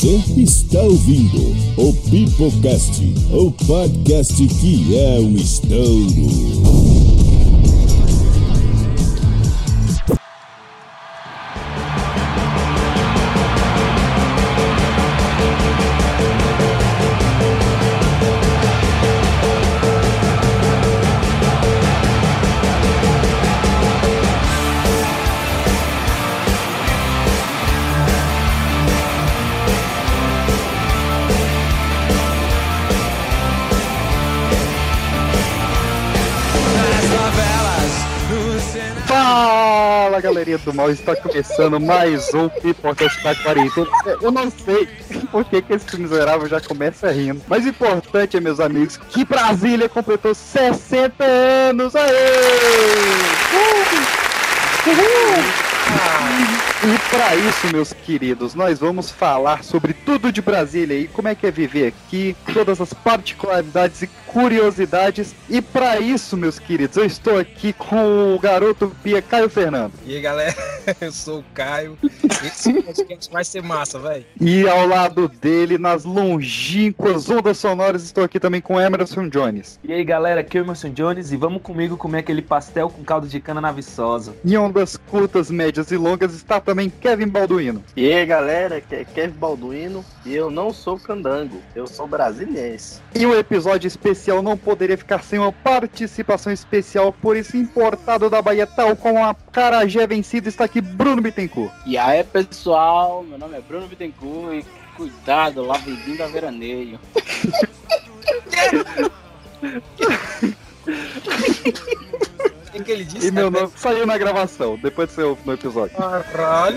Você está ouvindo o Pipocast, o podcast que é um estouro. Fala, galerinha do mal, está começando mais um Pipocast da quarentena. Eu não sei por que esse miserável já começa rindo, mas o importante, meus amigos, que Brasília completou 60 anos! Aê! E para isso, meus queridos, nós vamos falar sobre tudo de Brasília e como é que é viver aqui, todas as particularidades e curiosidades. E para isso, meus queridos, eu estou aqui com o garoto Pia Caio Fernando. E aí, galera, eu sou o Caio. Esse podcast vai ser massa, velho. E ao lado dele, nas longínquas ondas sonoras, estou aqui também com Emerson Jones. E aí, galera, aqui é o Emerson Jones e vamos comigo comer aquele pastel com caldo de cana na Viçosa. Em ondas curtas, médias e longas está também Kevin Balduino. E aí, galera, aqui é Kevin Balduino e eu não sou candango, eu sou brasiliense. E o episódio especial não poderia ficar sem uma participação especial, por isso importado da Bahia, tal como a acarajé vencida, está aqui Bruno Bittencourt. E aí, pessoal, meu nome é Bruno Bittencourt e cuidado, lá bem-vindo a veraneio. O que ele disse? E meu nome saiu na gravação, depois você ouve no episódio. Caralho!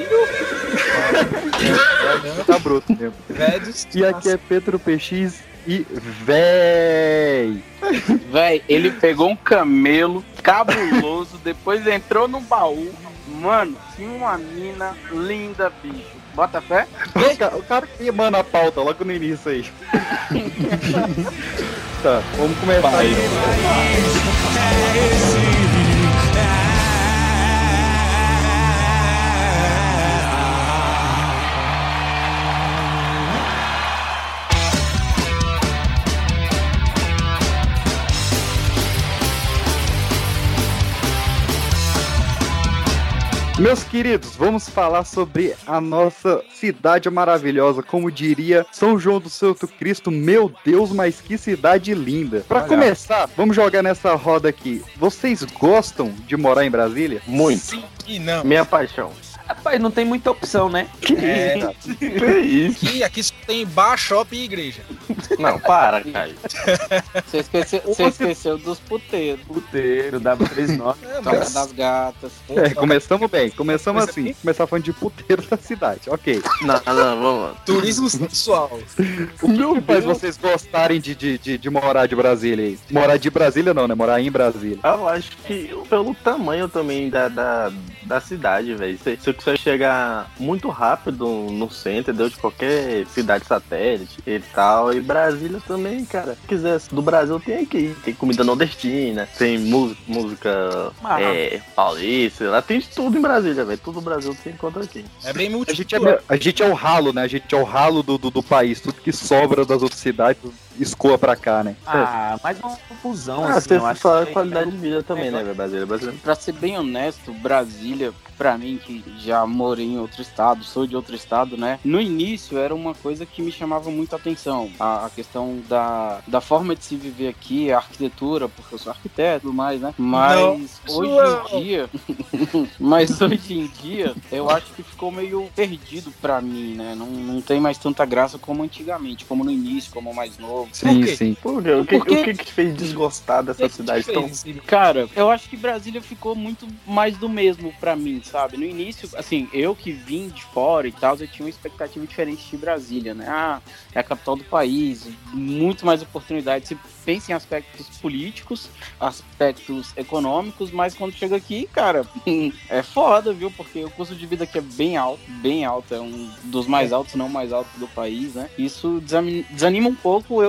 Tá bruto mesmo. E aqui é Pedro PX e véi! Véi, ele pegou um camelo cabuloso, depois entrou no baú. Mano, tinha uma mina linda, bicho. Bota fé? O cara que manda a pauta logo no início aí. Tá, vamos começar aí. Meus queridos, vamos falar sobre a nossa cidade maravilhosa, como diria São João do Santo Cristo. Meu Deus, mas que cidade linda. Pra começar, vamos jogar nessa roda aqui. Vocês gostam de morar em Brasília? Muito. Sim e não. Minha paixão. Rapaz, não tem muita opção, né? Que isso? Aqui só tem bar, shopping e igreja. Não, para, Caio. Você esqueceu dos puteiros. Puteiro, W39. Toca das gatas. Começamos bem, começamos assim. Começar falando de puteiro da cidade, ok. Não, vamos lá. Turismo sexual. O que faz vocês gostarem de morar de Brasília aí? Morar de Brasília não, né? Morar em Brasília. Eu acho que pelo tamanho também da cidade, velho. Você consegue chegar muito rápido no centro, entendeu? De qualquer cidade satélite e tal. E Brasília também, cara. Se quiser do Brasil, tem aqui. Tem comida nordestina, tem música paulista. Lá tem de tudo em Brasília, velho. Tudo o Brasil você encontra aqui. É bem A multicultural. gente é o ralo, né? A gente é o ralo do país. Tudo que sobra das outras cidades escoa pra cá, né? Mais uma confusão, Você eu acho. fala qualidade de vida também, né, velho? Brasília. Pra ser bem honesto, Brasília, pra mim que já morei em outro estado, sou de outro estado, né? No início era uma coisa que me chamava muito a atenção. A questão da forma de se viver aqui, a arquitetura, porque eu sou arquiteto e tudo mais, né? Mas hoje em dia, eu acho que ficou meio perdido pra mim, né? Não tem mais tanta graça como antigamente, como no início, como mais novo. Sim. Por quê? O que te fez desgostar dessa cidade tão... Cara, eu acho que Brasília ficou muito mais do mesmo pra mim, sabe? No início, assim, eu que vim de fora e tal, eu tinha uma expectativa diferente de Brasília, né? É a capital do país, muito mais oportunidades. Você pensa em aspectos políticos, aspectos econômicos, mas quando chega aqui, cara, é foda, viu? Porque o custo de vida aqui é bem alto, é um dos mais altos, se não mais alto do país, né? Isso desanima um pouco eu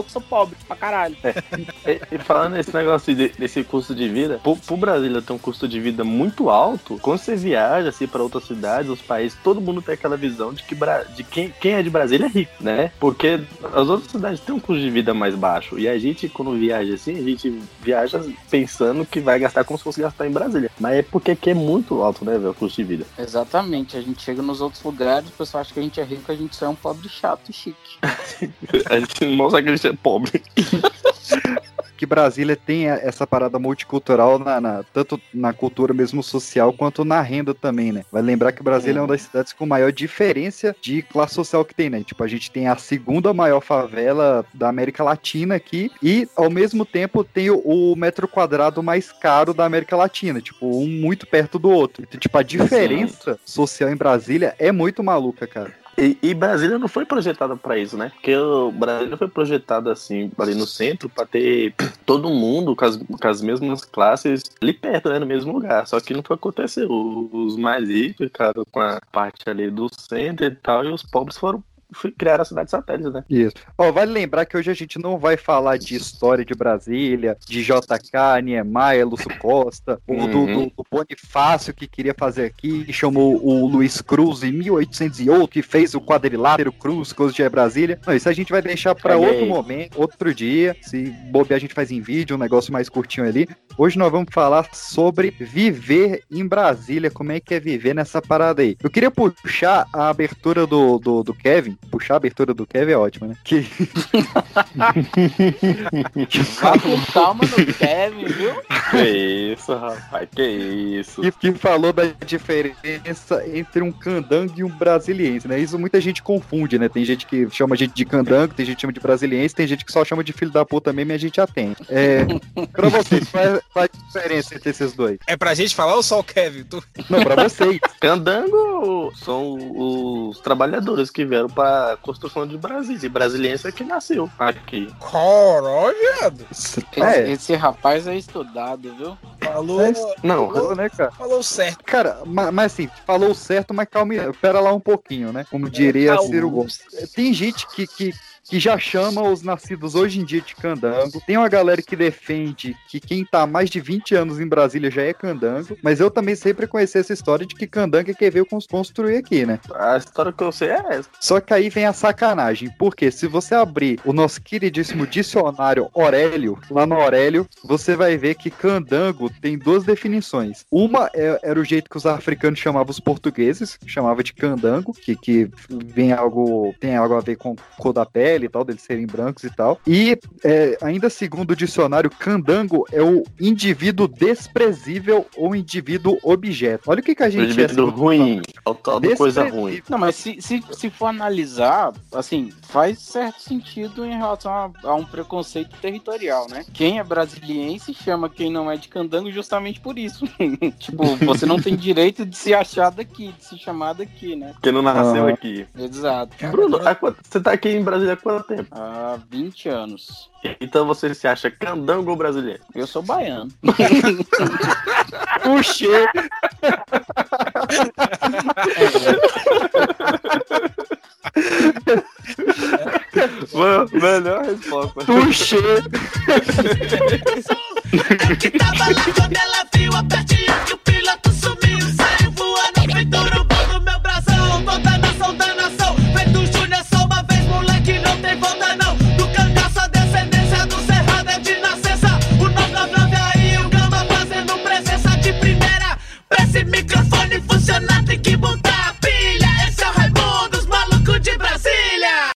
sou pobre pra caralho. E falando nesse negócio desse custo de vida, pro Brasília ter um custo de vida muito alto, quando você viaja assim pra outras cidades, os países, todo mundo tem aquela visão de que quem é de Brasília é rico, né? Porque as outras cidades têm um custo de vida mais baixo. E a gente, quando viaja assim, a gente viaja pensando que vai gastar como se fosse gastar em Brasília. Mas é porque aqui é muito alto, né, velho, o custo de vida. Exatamente, a gente chega nos outros lugares, o pessoal acha que a gente é rico, a gente só é um pobre chato e chique. A gente mostra que a gente é pobre. Que Brasília tem essa parada multicultural tanto na cultura mesmo social quanto na renda também, né? Vai lembrar que Brasília é uma das cidades com maior diferença de classe social que tem, né? Tipo, a gente tem a segunda maior favela da América Latina aqui e, ao mesmo tempo, tem o metro quadrado mais caro da América Latina, tipo, um muito perto do outro. Então, tipo, a diferença social em Brasília é muito maluca, cara. E Brasília não foi projetada pra isso, né? Porque o Brasília foi projetado assim, ali no centro, pra ter todo mundo com as mesmas classes ali perto, né? No mesmo lugar. Só que não foi acontecer. Os mais ricos ficaram com a parte ali do centro e tal, e os pobres criaram a cidade satélite, né? Isso. Ó, vale lembrar que hoje a gente não vai falar de história de Brasília, de JK, Niemeyer, Lúcio Costa, ou do Bonifácio que queria fazer aqui, que chamou o Luiz Cruz em 1808, que fez o quadrilátero Cruz, coisa de Brasília. Não, isso a gente vai deixar para outro momento, outro dia. Se bobear, a gente faz em vídeo, um negócio mais curtinho ali. Hoje nós vamos falar sobre viver em Brasília, como é que é viver nessa parada aí. Eu queria puxar a abertura do Kevin. Puxar a abertura do Kevin é ótimo, né? Vá com calma no Kevin, viu? Que isso, rapaz, que isso. Que falou da diferença entre um candango e um brasiliense, né? Isso muita gente confunde, né? Tem gente que chama a gente de candango, tem gente que chama de brasiliense, tem gente que só chama de filho da puta mesmo e a gente atende. Pra vocês, qual é a diferença entre esses dois? É pra gente falar ou só o Kevin? Não, pra vocês. Candango são os trabalhadores que vieram pra construção de Brasília. E brasiliense é que nasceu aqui. Caralho, viado. Esse rapaz é estudado, viu? Falou. Não, Falou, né, cara? Falou certo. Cara, mas assim, falou certo, mas calma aí, pera lá um pouquinho, né? Como diria Ciro Gomes. Tem gente que já chama os nascidos hoje em dia de candango. Tem uma galera que defende que quem tá há mais de 20 anos em Brasília já é candango, mas eu também sempre conheci essa história de que candango é quem veio construir aqui, né? A história que eu sei é essa. Só que aí vem a sacanagem, porque se você abrir o nosso queridíssimo dicionário Aurélio, lá no Aurélio, você vai ver que candango tem duas definições. Uma era o jeito que os africanos chamavam os portugueses, chamava de candango, que tem algo a ver com cor da pele e tal, deles serem brancos e tal. E ainda segundo o dicionário, candango é o indivíduo desprezível ou indivíduo objeto. Olha o que a gente... Indivíduo ruim, faltando coisa ruim. Não, mas se for analisar, assim, faz certo sentido em relação a um preconceito territorial, né? Quem é brasiliense chama quem não é de candango justamente por isso. Tipo, você não tem direito de se achar daqui, de se chamar daqui, né? Porque não nasceu aqui. Exato. Bruno, você tá aqui em Brasília há quanto tempo? Há 20 anos. Então você se acha candango ou brasileiro? Eu sou baiano. Puxei! Melhor resposta. Puxei! Eu que tava lá quando ela viu a pertinho que o piloto sumiu. Saiu voando, feito urubu no meu brasão. Toda nação da nação, feito Júnior, só uma vez, moleque, não tem volta não. Do cangaço, a descendência do cerrado é de nascença. O 999 aí, o Gama fazendo presença de primeira. Pra esse microfone funcionar tem que montar a pilha. Esse é o Raimundo, os malucos de Brasília.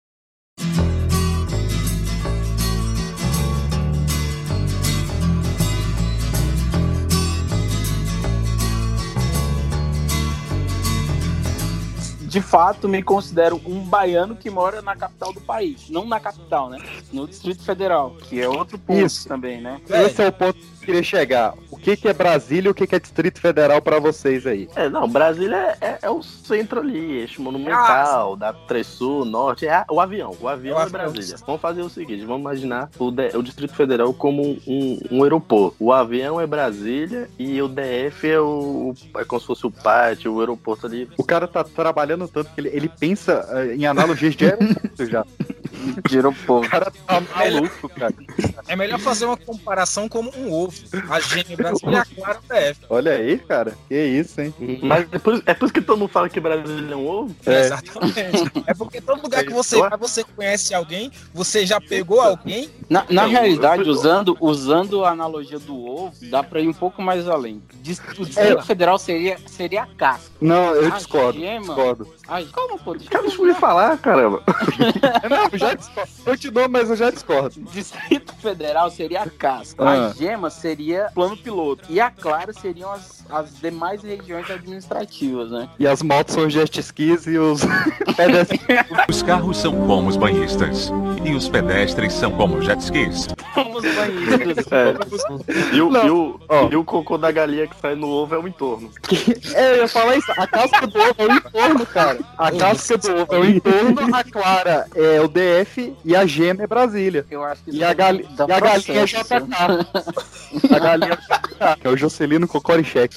De fato, me considero um baiano que mora na capital do país. Não na capital, né? No Distrito Federal, que é outro ponto Isso. também, né? Esse é o ponto que eu queria chegar. O que é Brasília e o que é Distrito Federal pra vocês aí? Não, Brasília é o centro ali, eixo monumental, da Sul, Norte, o avião. O avião é Brasília. Vamos fazer o seguinte, vamos imaginar o Distrito Federal como um aeroporto. O avião é Brasília e o DF é como se fosse o pátio, o aeroporto ali. O cara tá trabalhando tanto que ele pensa em analogias de aeroporto já. Girou pouco. O cara tá maluco, cara. É melhor fazer uma comparação como um ovo. A gêmea brasileira e a clara DF. Olha aí, cara. Que isso, hein? Mas é por isso que todo mundo fala que Brasília é um ovo? Exatamente. É porque todo lugar que você vai, você conhece alguém, você já pegou alguém. Na realidade, usando a analogia do ovo, dá pra ir um pouco mais além. O Distrito Federal seria a casca. Não, eu A discordo. gema- Discordo. Calma, pô. Cara, deixa eu me falar, caramba. Não, eu já discordo. Eu te dou, mas eu já discordo. Distrito Federal seria a casca. A gema seria plano piloto. E a clara seriam as demais regiões administrativas, né? E as motos são jet skis e os pedestres. Os carros são como os banhistas. E os pedestres são como jet skis. Somos banhistas. E o cocô da galinha que sai no ovo é o entorno. Eu ia falar isso. A casca do ovo é o entorno, cara. A casca do ovo é o entorno, a clara é o DF e a gema é Brasília. Eu acho que E a galinha é JK. A galinha é JK, que é o Jocelino Cocoricheque.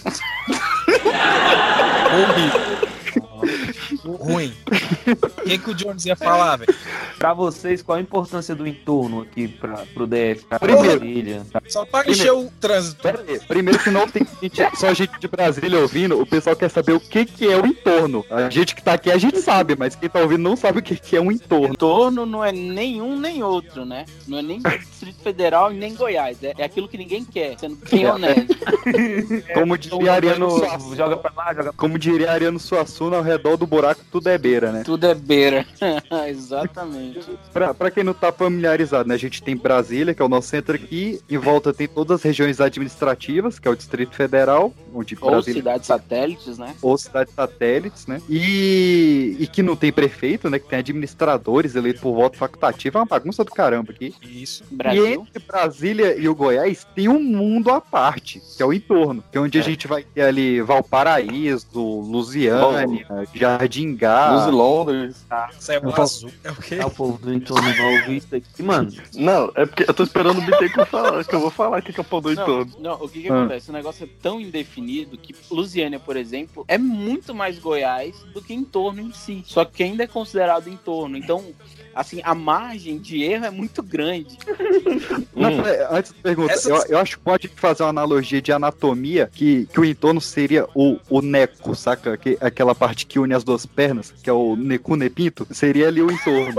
Ruim. O que o Jones ia falar, velho? Pra vocês, qual a importância do entorno aqui pro DF, pra Primeiro. Brasília? Só pra encher o trânsito. Pera aí. Primeiro que não tem só gente de Brasília ouvindo, o pessoal quer saber o que é o entorno. A gente que tá aqui, a gente sabe, mas quem tá ouvindo não sabe o que é um entorno. Entorno não é nenhum nem outro, né? Não é nem Distrito Federal e nem Goiás. É aquilo que ninguém quer, sendo bem honesto. Como diria Ariano Joga pra lá, joga Como diria Ariano Suassuna, ao redor do buraco tudo é beira, né? Tudo é beira. Exatamente. Pra quem não tá familiarizado, né? A gente tem Brasília, que é o nosso centro aqui, em volta tem todas as regiões administrativas, que é o Distrito Federal, onde Ou Brasília... cidades satélites, né? Ou cidades satélites, né? E que não tem prefeito, né? Que tem administradores eleitos por voto facultativo, é uma bagunça do caramba aqui. Isso. E Brasil. entre Brasília e o Goiás tem um mundo à parte, que é o entorno, que é onde a gente vai ter ali Valparaíso, Lusiânia, Jardim Gá. Luz e Londres. Céu azul. É o quê? o povo do entorno vai ouvir isso aqui, mano. Não, é porque eu tô esperando o Bittencourt falar, que eu vou falar o que é o pão do entorno. Não, o que acontece? O negócio é tão indefinido que Lusiânia, por exemplo, é muito mais Goiás do que entorno em si. Só que ainda é considerado entorno. Então, assim, a margem de erro é muito grande. Não, antes da pergunta, eu acho que pode fazer uma analogia de anatomia, que o entorno seria o neco, saca? Aquela parte que une as duas pernas, que é o necu nepinto, seria ali o entorno.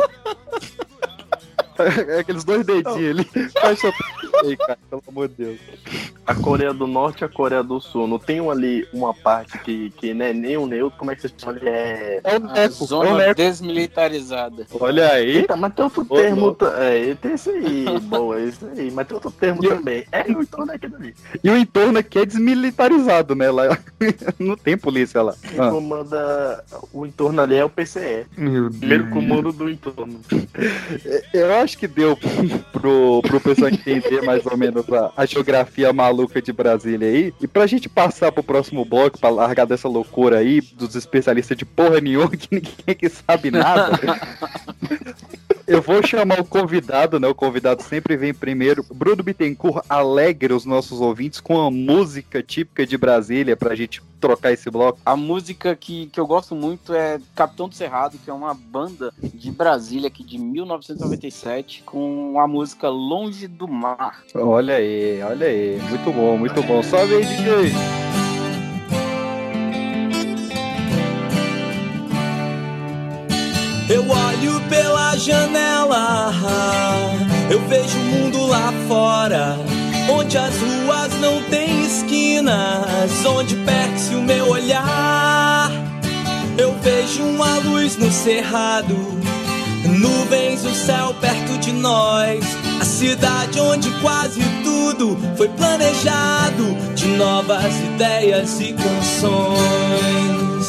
Aqueles dois dedinhos ali. Faz só aí, cara, pelo amor de Deus. A Coreia do Norte e a Coreia do Sul. Não tem ali uma parte que não é nem o neutro, como é que você chama ali? É o A neco, é o zona neco. desmilitarizada. Olha aí. Eita, mas tem outro termo. Tem esse aí, boa, esse aí. Mas tem outro termo também. É o entorno aqui ali. E o entorno aqui é desmilitarizado, né? Lá não tem polícia lá. Quem comanda o entorno ali é o PCE. Meu Primeiro comando do entorno. Eu acho que deu pro pessoal entender mais ou menos a geografia maluca de Brasília aí. E pra gente passar pro próximo bloco, pra largar dessa loucura aí, dos especialistas de porra nenhuma, que ninguém que sabe nada. Eu vou chamar o convidado, né? O convidado sempre vem primeiro. Bruno Bittencourt, alegre os nossos ouvintes com a música típica de Brasília pra gente trocar esse bloco. A música que eu gosto muito é Capitão do Cerrado, que é uma banda de Brasília aqui de 1997, com a música Longe do Mar. Olha aí, olha aí. Muito bom, muito bom. Sobe aí, DJ. Eu olho pela janela, eu vejo o mundo lá fora, onde as ruas não têm esquinas, onde perde-se o meu olhar. Eu vejo uma luz no cerrado, nuvens, o céu perto de nós, a cidade onde quase tudo foi planejado, de novas ideias e canções.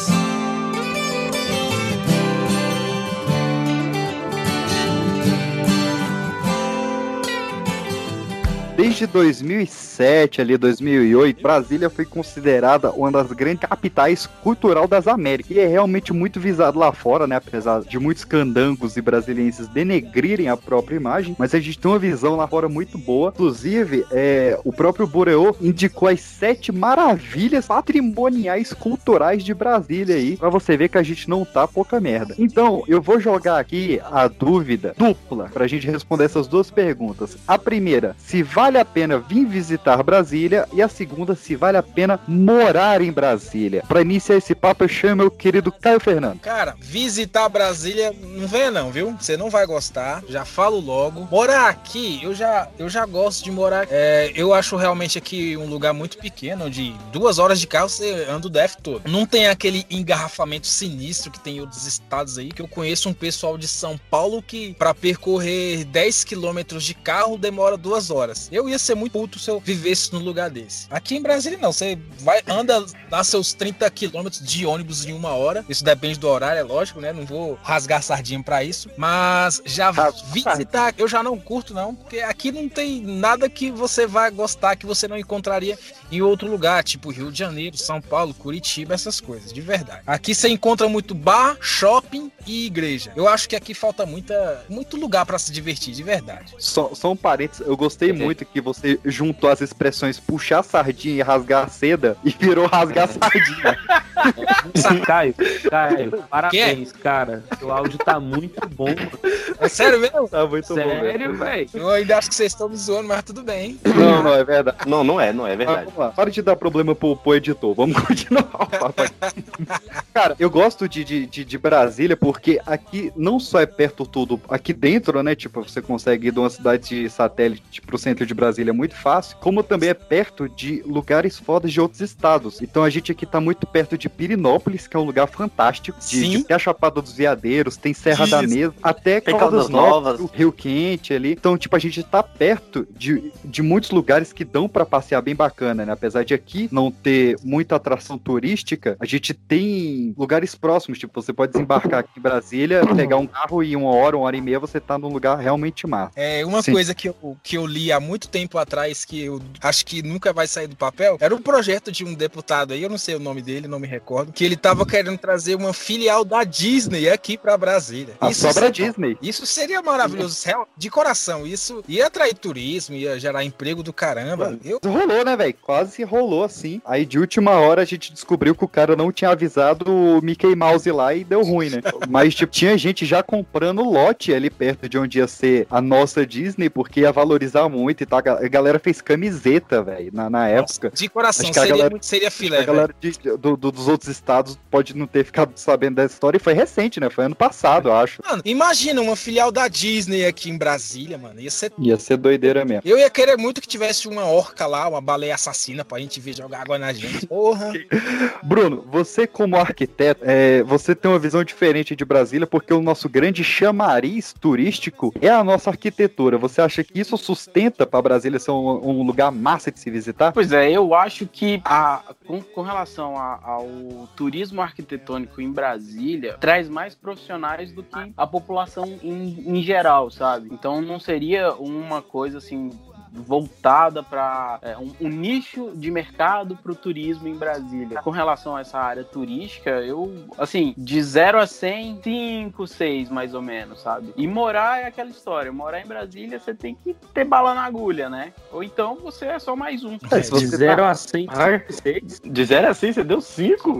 Desde desde 2007, ali 2008, Brasília foi considerada uma das grandes capitais cultural das Américas. E é realmente muito visado lá fora, né? Apesar de muitos candangos e brasilienses denegrirem a própria imagem, mas a gente tem uma visão lá fora muito boa. Inclusive, o próprio Boreô indicou as 7 maravilhas patrimoniais culturais de Brasília aí, pra você ver que a gente não tá pouca merda. Então, eu vou jogar aqui a dúvida dupla pra gente responder essas duas perguntas. A primeira, se vale a pena vir visitar Brasília, e a segunda, se vale a pena morar em Brasília. Pra iniciar esse papo, eu chamo meu querido Caio Fernando. Cara, visitar Brasília não venha não, viu? Você não vai gostar, já falo logo. Morar aqui, eu já gosto de morar. Eu acho realmente aqui um lugar muito pequeno, onde 2 horas de carro você anda o DF todo. Não tem aquele engarrafamento sinistro que tem em outros estados aí, que eu conheço um pessoal de São Paulo que pra percorrer 10 quilômetros de carro demora 2 horas. Eu ia ser muito puto se eu vivesse num lugar desse. Aqui em Brasília não, você anda lá seus 30 quilômetros de ônibus em 1 hora. Isso depende do horário, é lógico, né? Não vou rasgar sardinha pra isso. Mas já visitar, eu já não curto não, porque aqui não tem nada que você vai gostar que você não encontraria em outro lugar, tipo Rio de Janeiro, São Paulo, Curitiba, essas coisas, de verdade. Aqui você encontra muito bar, shopping e igreja. Eu acho que aqui falta muito lugar pra se divertir, de verdade. Só um parênteses, eu gostei muito que você juntou as expressões puxar a sardinha e rasgar a seda e virou rasgar a sardinha. Caio, parabéns, cara. O áudio tá muito bom, mano. É sério mesmo? Tá muito bom, Sério, velho. Eu ainda acho que vocês estão me zoando, mas tudo bem. Não, é verdade. Não é verdade. Vamos lá, para de dar problema pro editor, vamos continuar o papo aqui. Cara, eu gosto de Brasília porque aqui não só é perto tudo, aqui dentro, né, tipo, você consegue ir de uma cidade de satélite pro centro de Brasília muito fácil, como também é perto de lugares fodas de outros estados. Então a gente aqui tá muito perto de Pirinópolis, que é um lugar fantástico, tem a Chapada dos Veadeiros, tem Serra da Mesa, até Caldas Novas, Rio Quente ali. Então, tipo, a gente tá perto de muitos lugares que dão pra passear bem bacana, né? Apesar de aqui não ter muita atração turística, a gente tem lugares próximos, tipo, você pode desembarcar aqui em Brasília, pegar um carro e 1 hora e meia você tá num lugar realmente massa. Uma coisa que eu li há muito tempo atrás, que eu acho que nunca vai sair do papel, era um projeto de um deputado aí, eu não sei o nome dele, não me recordo, que ele tava querendo trazer uma filial da Disney aqui pra Brasília. Sobra Disney. Isso seria maravilhoso, de coração. Isso ia atrair turismo, ia gerar emprego do caramba. Rolou, né, velho? Quase rolou assim. Aí de última hora a gente descobriu que o cara não tinha avisado o Mickey Mouse lá e deu ruim, né? Mas tipo, tinha gente já comprando lote ali perto de onde ia ser a nossa Disney, porque ia valorizar muito e tal. A galera fez camiseta, velho, na época. De coração, seria filé, a galera dos outros estados pode não ter ficado sabendo dessa história, e foi recente, né? Foi ano passado, eu acho. Mano, imagina uma filial da Disney aqui em Brasília, mano. Ia ser doideira mesmo. Eu ia querer muito que tivesse uma orca lá, uma baleia assassina pra gente ver jogar água na gente. Porra. Bruno, você como arquiteto, você tem uma visão diferente de Brasília, porque o nosso grande chamariz turístico é a nossa arquitetura. Você acha que isso sustenta pra Brasília ser um lugar massa de se visitar? Pois é, eu acho que com relação ao turismo arquitetônico em Brasília, traz mais profissionais do que a população em geral, sabe? Então não seria uma coisa assim voltada para um nicho de mercado para o turismo em Brasília. Com relação a essa área turística, eu, assim, de 0 a 100, 5, 6 mais ou menos, sabe? E morar é aquela história. Morar em Brasília, você tem que ter bala na agulha, né? Ou então você é só mais um. De 0 a 100, 6. De 0 a 100, você deu 5?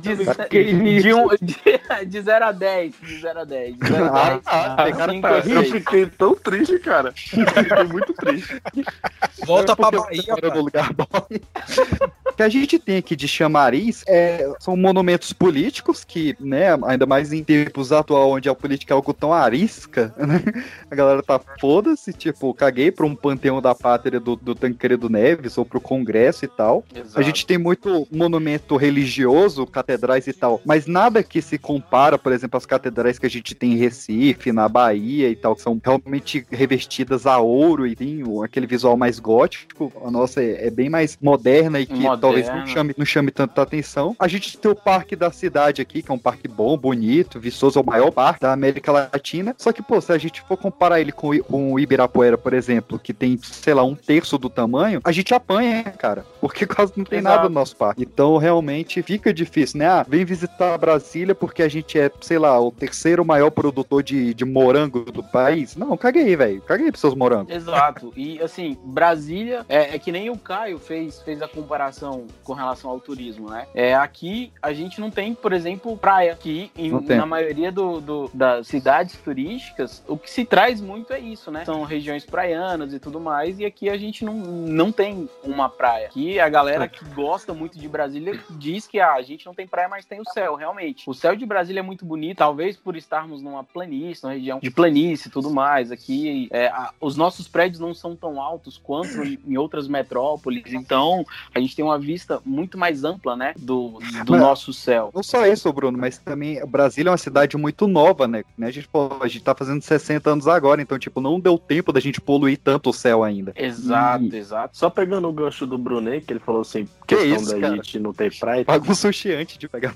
De 0 a 10. De 0 a 10. Eu fiquei tão triste, cara. Fiquei muito triste. Volta pra Bahia, no lugar bom. O que a gente tem aqui de chamariz são monumentos políticos que, né, ainda mais em tempos atuais onde a política é algo tão arisca, né, a galera tá foda-se, tipo, caguei pra um panteão da pátria do Tancredo Neves ou pro Congresso e tal. Exato. A gente tem muito monumento religioso, catedrais e tal, mas nada que se compara, por exemplo, às catedrais que a gente tem em Recife, na Bahia e tal, que são realmente revestidas a ouro e tem aquele visual mais gótico, a nossa é bem mais moderna e que talvez não chame tanta atenção. A gente tem o parque da cidade aqui, que é um parque bom, bonito, vistoso, é o maior parque da América Latina. Só que, pô, se a gente for comparar ele com o Ibirapuera, por exemplo, que tem, sei lá, 1/3 do tamanho, a gente apanha, cara, porque quase não tem nada no nosso parque. Então, realmente, fica difícil, né? Ah, vem visitar Brasília porque a gente é, sei lá, o 3º maior produtor de morango do país. Não, caguei, velho. Caguei pros seus morangos. Exato. E, assim, Brasília é que nem o Caio fez a comparação com relação ao turismo, né? Aqui a gente não tem, por exemplo, praia. Aqui, na maioria das cidades turísticas, o que se traz muito é isso, né? São regiões praianas e tudo mais, e aqui a gente não tem uma praia. Aqui a galera que gosta muito de Brasília diz que a gente não tem praia, mas tem o céu, realmente. O céu de Brasília é muito bonito, talvez por estarmos numa planície, numa região de planície e tudo mais. Aqui os nossos prédios não são tão altos quanto em outras metrópoles, então a gente tem uma vista muito mais ampla, né, do nosso céu. Não só isso, Bruno, mas também Brasília é uma cidade muito nova, né? A gente tá fazendo 60 anos agora, então, tipo, não deu tempo da gente poluir tanto o céu ainda. Exato. Só pegando o gancho do Brunet, que ele falou assim, questão da gente não ter praia. Paga um sushi antes de pegar.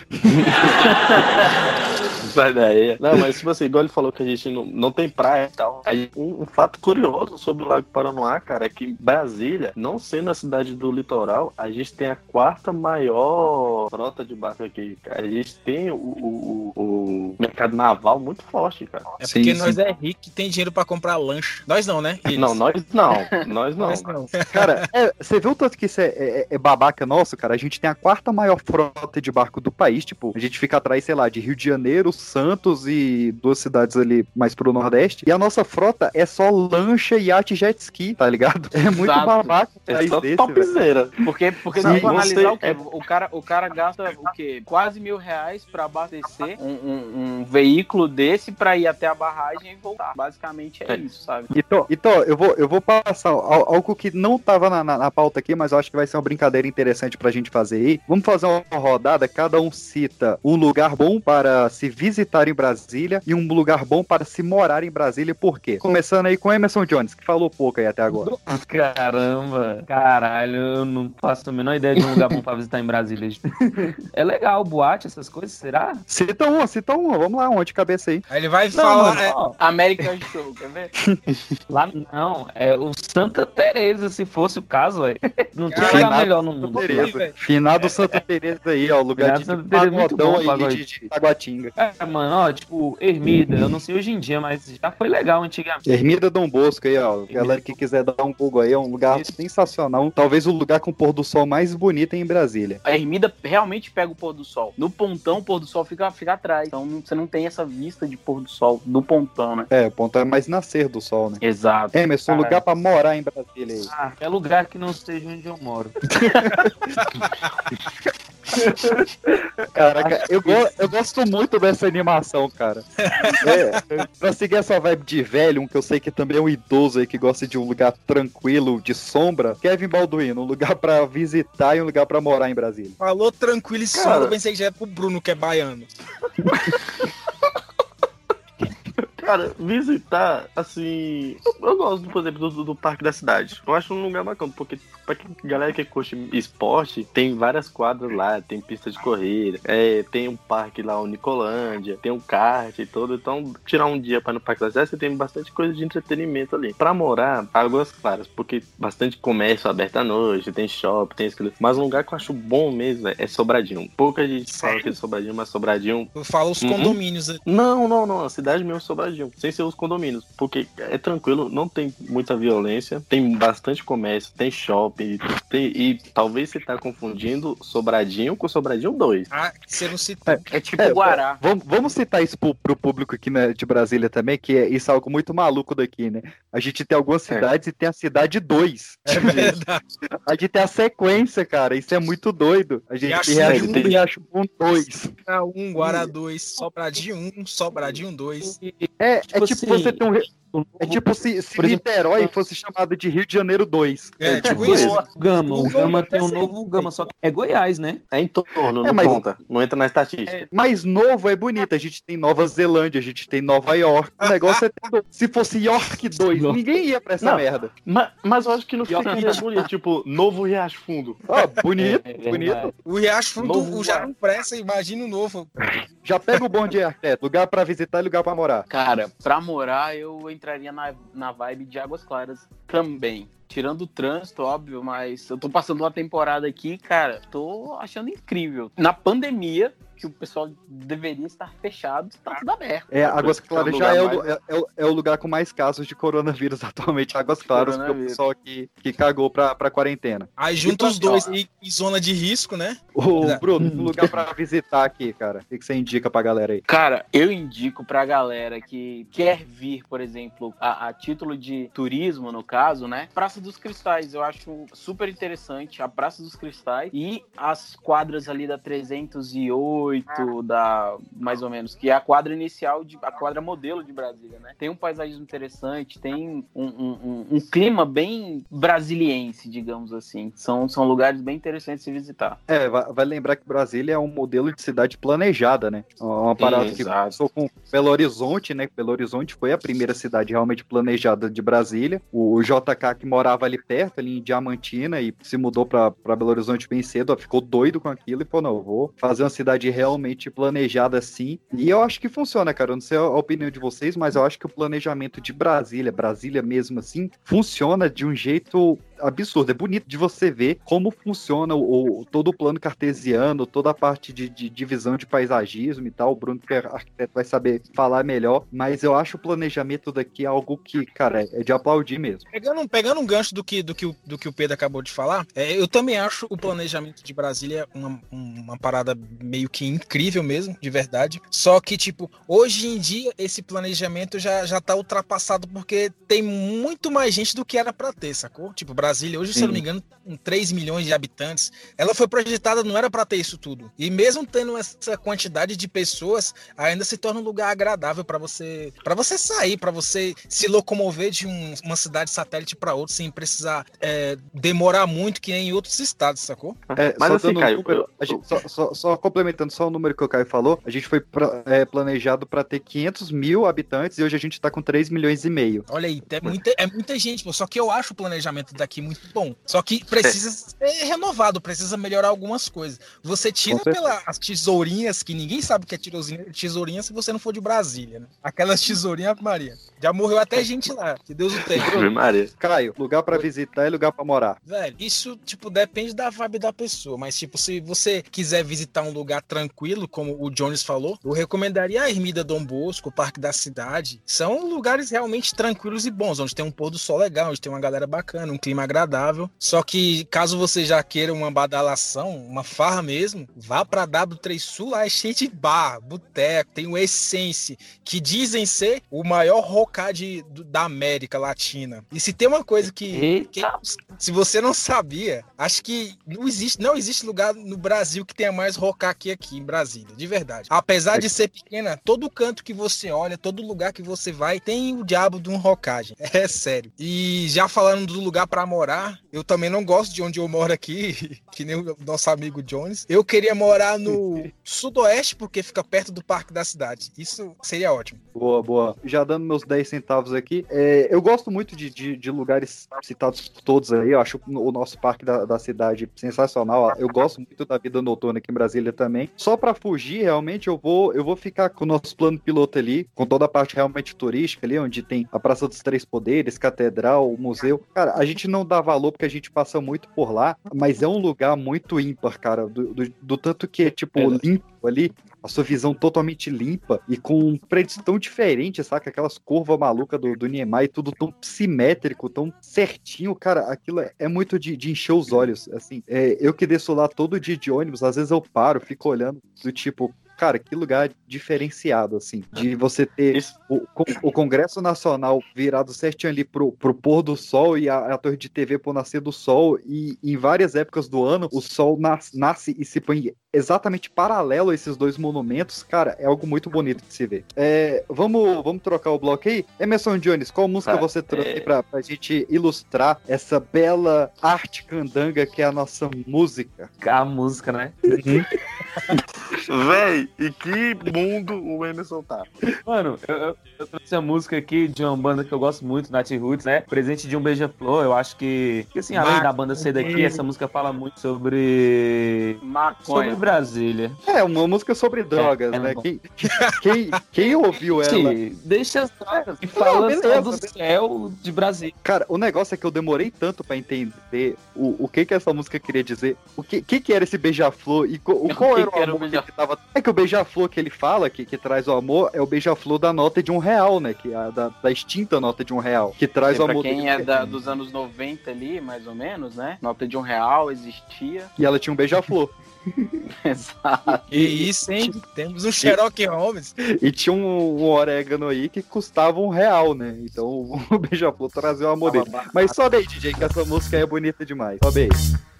Sai daí. Não, mas tipo assim, igual ele falou que a gente não tem praia e tal. Aí, um fato curioso sobre o Lago Paranoá, cara, é que Brasília, não sendo a cidade do litoral, a gente tem a 4ª maior frota de barco aqui. A gente tem o mercado naval muito forte, cara. É porque nós é rico e tem dinheiro pra comprar lanche. Nós não, né? Eles. Não, nós não. Cara, você viu o tanto que isso é babaca nosso, cara? A gente tem a 4ª maior frota de barco do país, tipo, a gente fica atrás, sei lá, de Rio de Janeiro, Santos e 2 cidades ali mais pro Nordeste, e a nossa frota é só lancha, iate e jet ski, tá ligado? É muito babaca um país desse, topzera. Porque se for analisar o quê? O cara gasta o quê? Quase R$1.000 pra abastecer um veículo desse pra ir até a barragem e voltar. Basicamente é isso, sabe? Então eu vou passar algo que não tava na pauta aqui, mas eu acho que vai ser uma brincadeira interessante pra gente fazer aí. Vamos fazer uma rodada, cada um cita um lugar bom para se visitar em Brasília e um lugar bom para se morar em Brasília, por quê? Começando aí com Emerson Jones, que falou pouco aí até agora. Caramba, caralho, eu não faço a menor ideia de um lugar bom pra visitar em Brasília. É legal, boate, essas coisas, será? Cita uma, vamos lá, uma de cabeça aí. Aí ele vai falar... American Show, quer ver? Lá não, é o Santa Teresa, se fosse o caso, velho. Não tinha lugar melhor no mundo. Finado Santa Teresa aí, ó, lugar de pagodão aí de Taguatinga. Mano, ó, tipo, Ermida, eu não sei hoje em dia, mas já foi legal antigamente. Ermida Dom Bosco aí, ó, galera que quiser dar um Google aí, é um lugar sensacional, talvez o lugar com o pôr do sol mais bonito em Brasília. A Ermida realmente pega o pôr do sol. No pontão, o pôr do sol fica atrás, então você não tem essa vista de pôr do sol do pontão, né? O pontão é mais nascer do sol, né? Exato. Emerson, lugar pra morar em Brasília aí. É lugar que não seja onde eu moro. Caraca, eu gosto muito dessa animação, cara. Pra seguir essa vibe de velho, um que eu sei que também é um idoso aí que gosta de um lugar tranquilo, de sombra, Kevin Balduino, um lugar pra visitar e um lugar pra morar em Brasília. Falou tranquilo e sombra, eu pensei que já é pro Bruno, que é baiano. Cara, visitar, assim... Eu gosto, por exemplo, do Parque da Cidade. Eu acho um lugar bacana, porque pra galera que curte esporte, tem várias quadras lá, tem pista de corrida, tem um parque lá, o Nicolândia, tem um kart e tudo. Então, tirar um dia pra ir no Parque da Cidade, você tem bastante coisa de entretenimento ali. Pra morar, Águas Claras, porque bastante comércio aberto à noite, tem shopping, tem isso. Mas um lugar que eu acho bom mesmo é Sobradinho. Pouca gente fala que é Sobradinho, mas Sobradinho... Fala os condomínios. Não, a cidade mesmo é Sobradinho. Sem ser os condomínios, porque é tranquilo, não tem muita violência, tem bastante comércio, tem shopping, e talvez você tá confundindo Sobradinho com Sobradinho 2. Você não citou. É tipo Guará. Vamos citar isso pro público aqui, né, de Brasília também, que isso é algo muito maluco daqui, né? A gente tem algumas cidades e tem a cidade 2. É verdade. A gente tem a sequência, cara, isso é muito doido. A gente tem Riacho 1, 2. Guará 1, Guará 2, Sobradinho 1, Sobradinho 2. Tipo assim, você tem É tipo se Por exemplo, Niterói fosse chamado de Rio de Janeiro 2. É, tipo isso. O Gama tem um novo Gama, só que é Goiás, né? É em torno, não mas- conta. Não entra na estatística. Mas novo é bonito. A gente tem Nova Zelândia, a gente tem Nova York. O negócio é ter... Se fosse York 2, ninguém ia pra essa Não. merda. Mas eu acho que não ficaria bonito. Tipo, Novo Riacho Fundo. Ó, bonito, É bonito. verdade. O Riacho Fundo Novo já não presta, imagina o novo. Já pega o bonde de arquiteto. Lugar pra visitar e lugar pra morar. Cara, pra morar eu entraria na vibe de Águas Claras também. Tirando o trânsito, óbvio, mas eu tô passando uma temporada aqui, cara, tô achando incrível. Na pandemia, que o pessoal deveria estar fechado, tá tudo aberto. Águas Claras um já lugar é o lugar com mais casos de coronavírus atualmente. Águas Claras, porque o Coronavírus. pessoal que cagou pra quarentena. Aí junta os dois em zona de risco, né? Ô, Bruno, um lugar pra visitar aqui, cara. O que você indica pra galera aí? Cara, eu indico pra galera que quer vir, por exemplo, a título de turismo, no caso, né? Praça dos Cristais, eu acho super interessante a Praça dos Cristais e as quadras ali da 308, da mais ou menos, que é a quadra inicial, a quadra modelo de Brasília, né? Tem um paisagismo interessante, tem um clima bem brasiliense, digamos assim. São lugares bem interessantes de se visitar. Vai lembrar que Brasília é um modelo de cidade planejada, né? Uma parada que exato. começou com Belo Horizonte, né? Belo Horizonte foi a primeira cidade realmente planejada de Brasília. O JK, que morava ali perto, ali em Diamantina, e se mudou pra Belo Horizonte bem cedo, ficou doido com aquilo e falou, não, eu vou fazer uma cidade realmente planejada assim. E eu acho que funciona, cara. Eu não sei a opinião de vocês, mas eu acho que o planejamento de Brasília mesmo assim, funciona de um jeito absurdo. É bonito de você ver como funciona todo o plano cartesiano, toda a parte de divisão de paisagismo e tal. O Bruno, que é arquiteto, vai saber falar melhor, mas eu acho o planejamento daqui algo que, cara, é de aplaudir mesmo. Pegando um gancho do que o Pedro acabou de falar, eu também acho o planejamento de Brasília uma parada meio que incrível mesmo, de verdade. Só que, tipo, hoje em dia, esse planejamento já tá ultrapassado porque tem muito mais gente do que era pra ter, sacou? Tipo, Brasília, hoje, se eu não me engano, com 3 milhões de habitantes, ela foi projetada, não era pra ter isso tudo. E mesmo tendo essa quantidade de pessoas, ainda se torna um lugar agradável pra você sair, pra você se locomover de uma cidade satélite pra outra sem precisar demorar muito, que nem em outros estados, sacou? Mas Só assim, dando um Caio, número, só complementando só o número que o Caio falou, a gente foi planejado para ter 500 mil habitantes e hoje a gente tá com 3 milhões e meio. Olha aí, é muita gente, pô. Só que eu acho o planejamento daqui muito bom. Só que precisa ser renovado, precisa melhorar algumas coisas. Você tira pelas tesourinhas, que ninguém sabe o que é tesourinha se você não for de Brasília, né? Aquelas tesourinhas, Maria. Já morreu até gente lá, que Deus o tenha. Maria. Caio, lugar para visitar e lugar para morar. Velho, isso, tipo, depende da vibe da pessoa. Mas, tipo, se você quiser visitar um lugar tranquilo, como o Jones falou, eu recomendaria a Ermida Dom Bosco, o Parque da Cidade. São lugares realmente tranquilos e bons, onde tem um pôr do sol legal, onde tem uma galera bacana, um clima agradável. Só que, caso você já queira uma badalação, uma farra mesmo, vá pra W3 Sul, lá é cheio de bar, boteco, tem o Essence, que dizem ser o maior rocade da América Latina. E se tem uma coisa que se você não sabia, acho que não existe lugar no Brasil que tenha mais rocá que aqui em Brasília, de verdade. Apesar de ser pequena, todo canto que você olha, todo lugar que você vai, tem o diabo de um rocagem. É sério. E já falando do lugar pra morar, eu também não gosto de onde eu moro aqui, que nem o nosso amigo Jones. Eu queria morar no sudoeste, porque fica perto do Parque da Cidade. Isso seria ótimo. Boa. Já dando meus 10 centavos aqui, eu gosto muito de lugares citados todos aí. Eu acho o nosso Parque da Cidade sensacional. Eu gosto muito da vida noturna aqui em Brasília também. Só pra fugir, realmente, eu vou ficar com o nosso plano piloto ali, com toda a parte realmente turística ali, onde tem a Praça dos Três Poderes, Catedral, o museu. Cara, a gente não dá valor porque a gente passa muito por lá, mas é um lugar muito ímpar, cara, do tanto que é, tipo, limpo ali, a sua visão totalmente limpa e com prédios tão diferentes, saca? Aquelas curvas malucas do Niemeyer, tudo tão simétrico, tão certinho, cara, aquilo é muito de encher os olhos, assim. Eu que desço lá todo dia de ônibus, às vezes eu paro, fico olhando do tipo, cara, que lugar diferenciado, assim, de você ter o Congresso Nacional virado certinho ali pro pôr do sol e a torre de TV pro nascer do sol, e em várias épocas do ano o sol nasce e se põe exatamente paralelo a esses dois monumentos. Cara, é algo muito bonito de se ver. Vamos trocar o bloco aí? Emerson Jones, qual música você trouxe pra gente ilustrar essa bela arte candanga que é a nossa música? A música, né? Véi, e que mundo o Emerson tá? Mano, eu trouxe a música aqui de uma banda que eu gosto muito, Nat Roots, né? Presente de um Beija-Flor. Eu acho que assim, além da banda ser daqui, essa música fala muito sobre Brasília. É, uma música sobre drogas, né? Quem ouviu ela? Sim, deixa as drogas e fala do céu de Brasília. Cara, o negócio é que eu demorei tanto pra entender o que essa música queria dizer, o que era esse beija-flor e qual era o amor que tava... É que o beija-flor que ele fala, que traz o amor, é o beija-flor da nota de R$1, né? Que é da extinta nota de R$1, que traz o amor... Pra quem dos anos 90 ali, mais ou menos, né? Nota de R$1 existia. E ela tinha um beija-flor. Exato. E isso, hein? Temos um Sherlock Holmes. E tinha um orégano aí que custava R$1, né? Então o beija-flor trazia o amor dele. Mas sobe aí, DJ, que essa música é bonita demais. Sobe aí.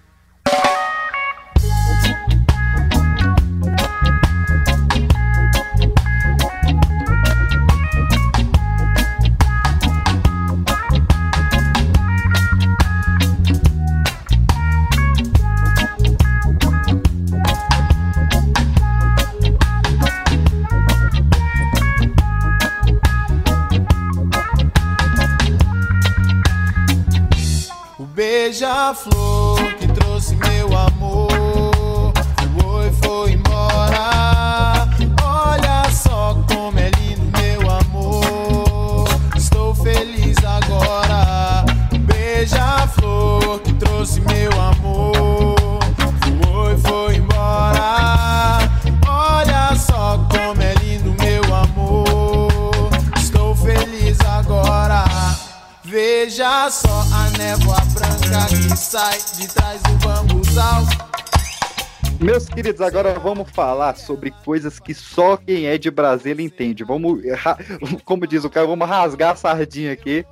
Beija-flor que trouxe meu amor foi embora. Olha só como é lindo meu amor. Estou feliz agora. Beija-flor que trouxe meu amor foi embora. Olha só como é lindo meu amor. Estou feliz agora. Veja só a névoa branca que sai de trás do bambuzal. Meus queridos, agora vamos falar sobre coisas que só quem é de Brasília entende. Vamos, como diz o cara, vamos rasgar a sardinha aqui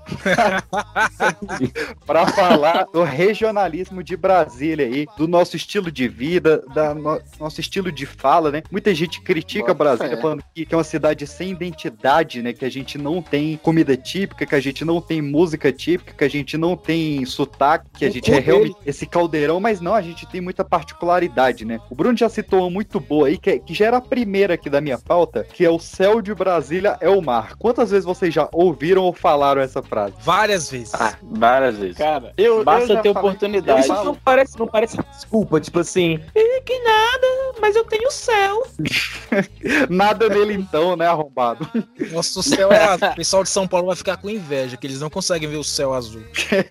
para falar do regionalismo de Brasília aí, do nosso estilo de vida, nosso estilo de fala, né? Muita gente critica Brasília falando que é uma cidade sem identidade, né? Que a gente não tem comida típica, que a gente não tem música típica, que a gente não tem sotaque, que a gente é realmente esse caldeirão, mas não, a gente tem muita particularidade, né? O Bruno já citou uma muito boa aí, que já era a primeira aqui da minha pauta, que é o céu de Brasília é o mar. Quantas vezes vocês já ouviram ou falaram essa frase? Várias vezes. Várias vezes. Cara, basta ter oportunidade. Isso não parece desculpa, tipo assim, que nada, mas eu tenho céu. Nada nele então, né, arrombado? Nosso céu é azul. O pessoal de São Paulo vai ficar com inveja, que eles não conseguem ver o céu azul.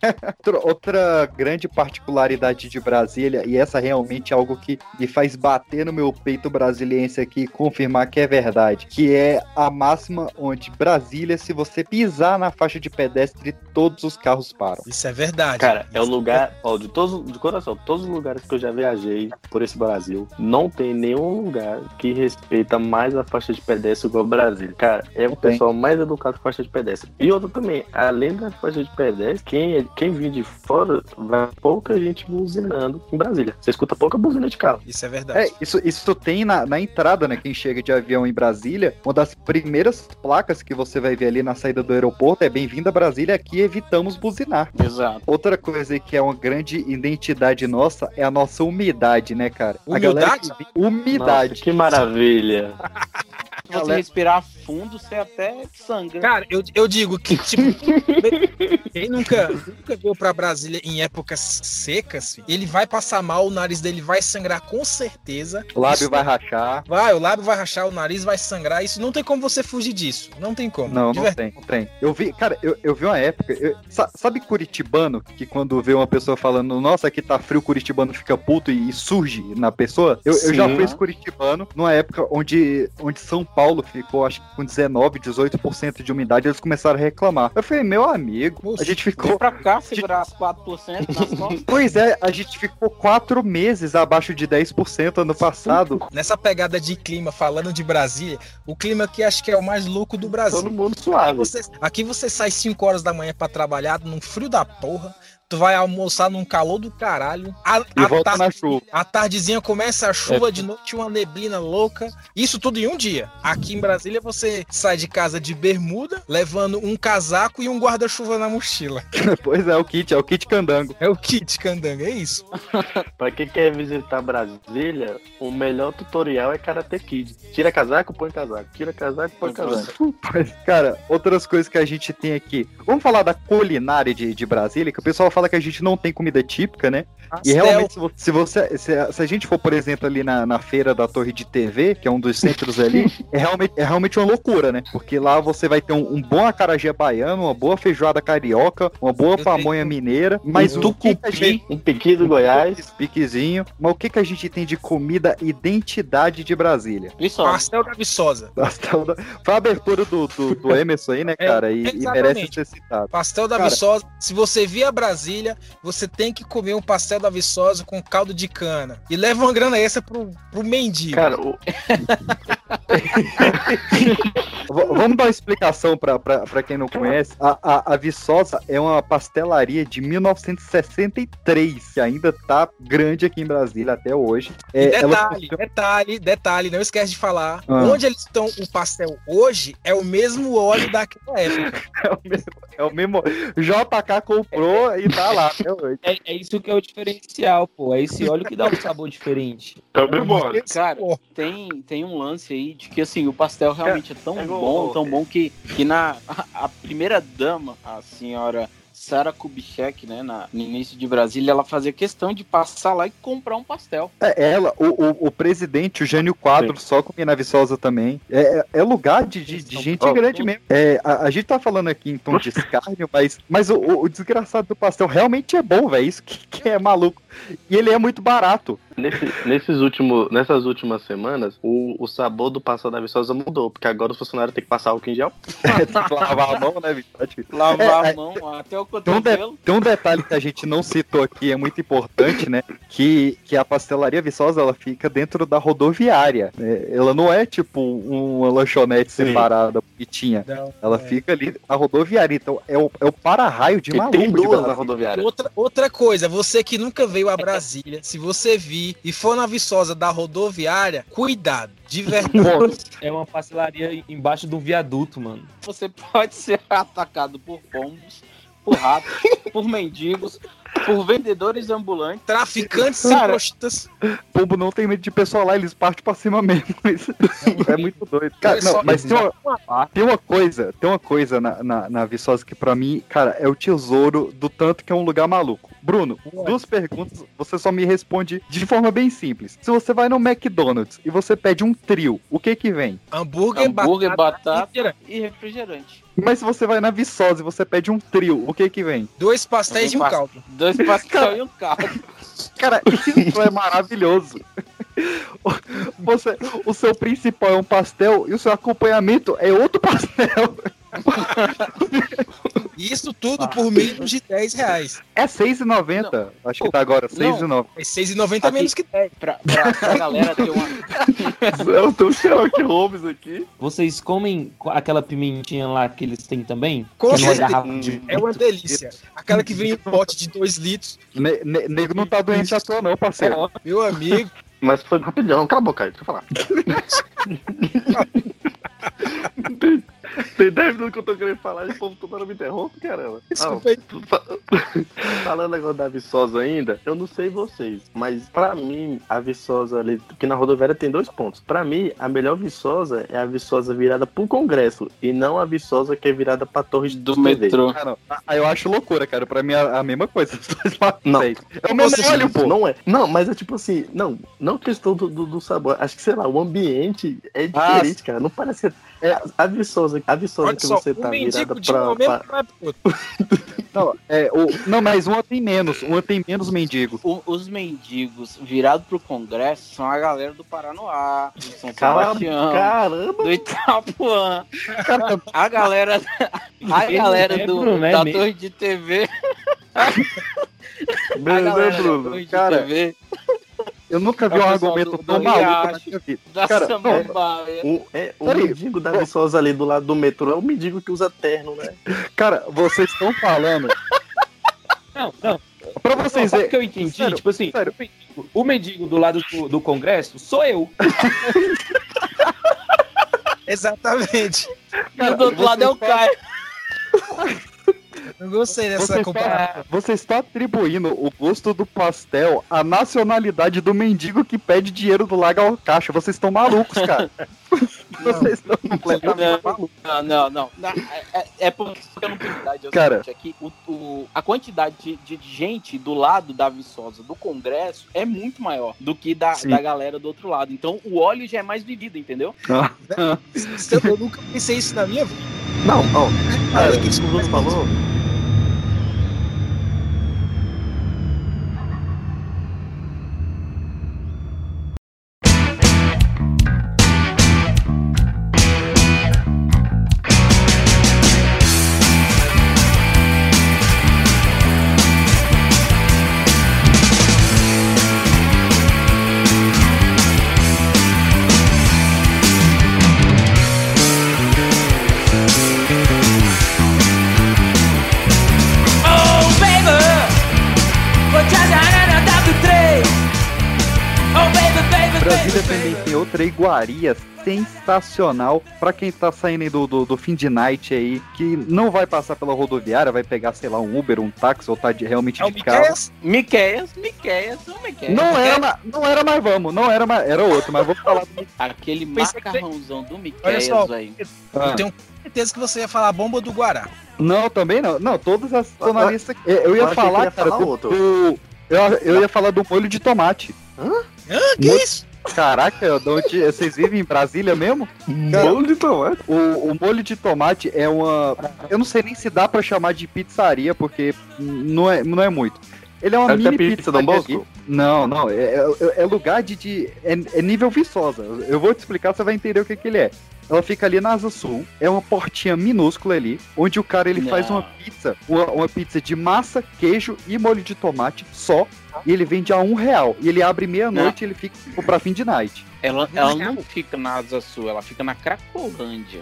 Outra grande particularidade de Brasília, e essa realmente é algo que me faz bater no meu peito brasiliense aqui e confirmar que é verdade, que é a máxima onde Brasília, se você pisar na faixa de pedestre, todos os carros param. Isso é verdade. Cara, é o lugar, de coração, todos os lugares que eu já viajei por esse Brasil, não tem nenhum lugar que respeita mais a faixa de pedestre igual Brasília. Cara, é o pessoal mais educado com faixa de pedestre. E outra também, além da faixa de pedestre, quem vem de fora, vai pouca gente buzinando em Brasília. Você escuta pouca buzina de carro. Isso é verdade. Isso tem na entrada, né? Quem chega de avião em Brasília, uma das primeiras placas que você vai ver ali na saída do aeroporto é bem-vindo a Brasília, aqui evitamos buzinar. Exato. Outra coisa aí que é uma grande identidade nossa é a nossa umidade, né, cara? Umidade? Umidade. Nossa, que maravilha. Se você respirar fundo, você até sangra. Cara, eu digo que, tipo, quem nunca veio pra Brasília em épocas secas, filho, ele vai passar mal, o nariz dele vai sangrar com certeza. O lábio vai rachar. O lábio vai rachar, o nariz vai sangrar. Isso não tem como você fugir disso. Não tem como. Não tem. Eu vi, cara, eu vi uma época. Sabe curitibano? Que quando vê uma pessoa falando, nossa, aqui tá frio, curitibano fica puto e surge na pessoa? Eu já fui esse curitibano numa época onde São Paulo ficou, acho que com 19, 18% de umidade, eles começaram a reclamar. Eu falei, meu amigo, a gente ficou... Vem pra cá segurar as 4% nas costas. Pois é, a gente ficou 4 meses abaixo de 10% ano passado. Nessa pegada de clima, falando de Brasília, o clima aqui acho que é o mais louco do Brasil. Todo mundo suave. Aqui você sai 5 horas da manhã pra trabalhar, num frio da porra. Tu vai almoçar num calor do caralho. E volta na chuva. A tardezinha começa a chuva, de noite uma neblina louca. Isso tudo em um dia. Aqui em Brasília você sai de casa de bermuda, levando um casaco e um guarda-chuva na mochila. Pois é o kit candango. É o kit candango, é isso. Pra quem quer visitar Brasília, o melhor tutorial é Karate Kid. Tira casaco, põe casaco. Tira casaco, põe casaco. Cara, outras coisas que a gente tem aqui. Vamos falar da culinária de Brasília, que o pessoal fala que a gente não tem comida típica, né? E realmente, se a gente for, por exemplo, ali na feira da Torre de TV, que é um dos centros ali, é realmente uma loucura, né? Porque lá você vai ter um bom acarajé baiano, uma boa feijoada carioca, uma boa pamonha mineira, mas o que a gente... Um piqui do Goiás. Piquezinho. Mas o que a gente tem de comida identidade de Brasília? Pastel da Viçosa. Foi a abertura do Emerson aí, né, cara? E merece ser citado. Pastel da Viçosa. Se você via Brasília, você tem que comer um pastel da Viçosa com caldo de cana. E leva uma grana extra pro mendigo. Cara, vamos dar uma explicação pra quem não conhece. A Viçosa é uma pastelaria de 1963, que ainda tá grande aqui em Brasília até hoje. Detalhe, não esquece de falar. Onde eles estão, o pastel hoje é o mesmo óleo daquela época. É o mesmo. JK comprou e tá lá até hoje. É isso que é o diferencial, pô. É esse óleo que dá um sabor diferente. É o mesmo óleo. Cara, tem um lance aí de que, assim, o pastel realmente é tão bom que a primeira dama, a senhora Sara Kubitschek, né, no início de Brasília, ela fazia questão de passar lá e comprar um pastel. O presidente, o Jânio Quadros, só comia na Viçosa também. É lugar de gente grande mesmo. A gente tá falando aqui em tom de escárnio, mas o desgraçado do pastel realmente é bom, velho. Isso que é maluco. E ele é muito barato. Nessas últimas semanas, o sabor do pastel da Viçosa mudou, porque agora os funcionários têm que passar álcool em gel. Tem que lavar a mão, né, Vitor? Lavar a mão até o cotovelo. Tem um detalhe que a gente não citou aqui, é muito importante, né? Que a pastelaria Viçosa, ela fica dentro da rodoviária. Né? Ela não é tipo uma lanchonete separada, bonitinha. Ela fica ali na rodoviária. Então é o para-raio de maluco. Tem duas na rodoviária. Outra coisa, você que nunca veio a Brasília, se você vir e for na Viçosa da rodoviária, cuidado, de verdade. É uma pastelaria embaixo de um viaduto, mano. Você pode ser atacado por pombos, por ratos, por mendigos, por vendedores ambulantes, traficantes e prostitutas. Pombo não tem medo de pessoal lá, eles partem pra cima mesmo. É muito doido. Cara, não, mas tem uma coisa na Viçosa que pra mim, cara, é o tesouro do tanto que é um lugar maluco. Bruno, 2 perguntas, você só me responde de forma bem simples. Se você vai no McDonald's e você pede um trio, o que vem? Hambúrguer, batata e refrigerante. Mas se você vai na Viçosa e você pede um trio, o que vem? 2 pastéis e um caldo. 2 pastéis e um caldo. Cara, isso é maravilhoso. O seu principal é um pastel e o seu acompanhamento é outro pastel. Isso tudo por menos de R$10. É R$6,90. Acho que tá agora, R$6,90. É R$6,90 menos que 10. Pra galera ter uma... Eu tô Sherlock Holmes aqui. Vocês comem aquela pimentinha lá que eles têm também? Com certeza. É uma delícia. Aquela que vem em pote de 2 litros. Nego não tá doente à toa não, parceiro. Meu amigo. Mas foi rapidão, cala a boca aí, deixa eu falar. Tem 10 minutos que eu tô querendo falar e o povo toda hora me interrompe, caramba. Desculpa aí. Falando agora da Viçosa ainda, eu não sei vocês, mas pra mim, a Viçosa ali, porque na rodoviária tem 2 pontos. Pra mim, a melhor Viçosa é a Viçosa virada pro Congresso e não a Viçosa que é virada pra Torre do metrô. Eu acho loucura, cara. Pra mim é a mesma coisa. Não. É o mesmo óleo, pô. Não é. Não, mas é tipo assim, não questão do sabor. Acho que, sei lá, o ambiente é diferente, cara. Não parece... A Viçosa Viçosa Olha que só, você o tá mendigo virada de um pra... momento vai pro outro. Não, mas uma tem menos. Uma tem menos mendigo. Os mendigos virados pro Congresso são a galera do Paranoá, do São Sebastião, Caramba! do Itapuã. Cara, A galera Bruno, né, da mesmo? Torre de TV. A Bruno, galera da Bruno. Torre de Cara, TV, eu nunca vi É o um pessoal argumento do tão maluco na Riacho, minha vida. da Cara, não, Samambaia. O Peraí. mendigo da Viçosa ali do lado do metrô é o mendigo que usa terno, né? cara, vocês estão falando. Não. Pra vocês Sabe o verem. que eu entendi? Sério, Tipo assim, sério. o mendigo do lado do Congresso sou eu. Exatamente. E o do outro lado é o Caio. Não gostei dessa Vocês comparação. estão atribuindo o gosto do pastel à nacionalidade do mendigo que pede dinheiro do Lago ao caixa. Vocês estão malucos, cara. Vocês estão completamente malucos. Não. É porque eu não tenho idade. Cara. É que a quantidade de gente do lado da Viçosa do Congresso é muito maior do que da galera do outro lado. Então o óleo já é mais vivido, entendeu? Eu nunca pensei isso na minha vida. Não, ó. Olha O que que o Bruno falou... Brasília também tem outra iguaria sensacional pra quem tá saindo do fim de night aí, que não vai passar pela rodoviária, vai pegar, sei lá, um Uber, um táxi, ou tá realmente É o de carro. Miqueias? Miqueias. Não era mais vamos, não era mais, era outro, mas vou falar do Aquele Pensei que- macarrãozão do Olha Miqueias, só, velho. eu tenho certeza que você ia falar bomba do Guará. Não, também não. Não, todas as estão na lista. Eu ia achei que falar, ia cara, falar do, outro. eu ia falar do molho de tomate. Que isso? Caraca, vocês vivem em Brasília mesmo? Bolo de tomate. O molho de tomate é uma... Eu não sei nem se dá pra chamar de pizzaria, porque não é muito. Ele é uma Deve ter mini pizza Dom pizzaria Bosco? aqui. Não. É lugar é nível Viçosa. Eu vou te explicar, você vai entender o que ele é. Ela fica ali na Asa Sul, é uma portinha minúscula ali, onde o cara ele faz uma pizza, uma pizza de massa, queijo e molho de tomate só, e ele vende a R$1. E ele abre meia-noite e ele fica tipo, pra fim de night. Ela não fica na Asa Sul, ela fica na Cracolândia.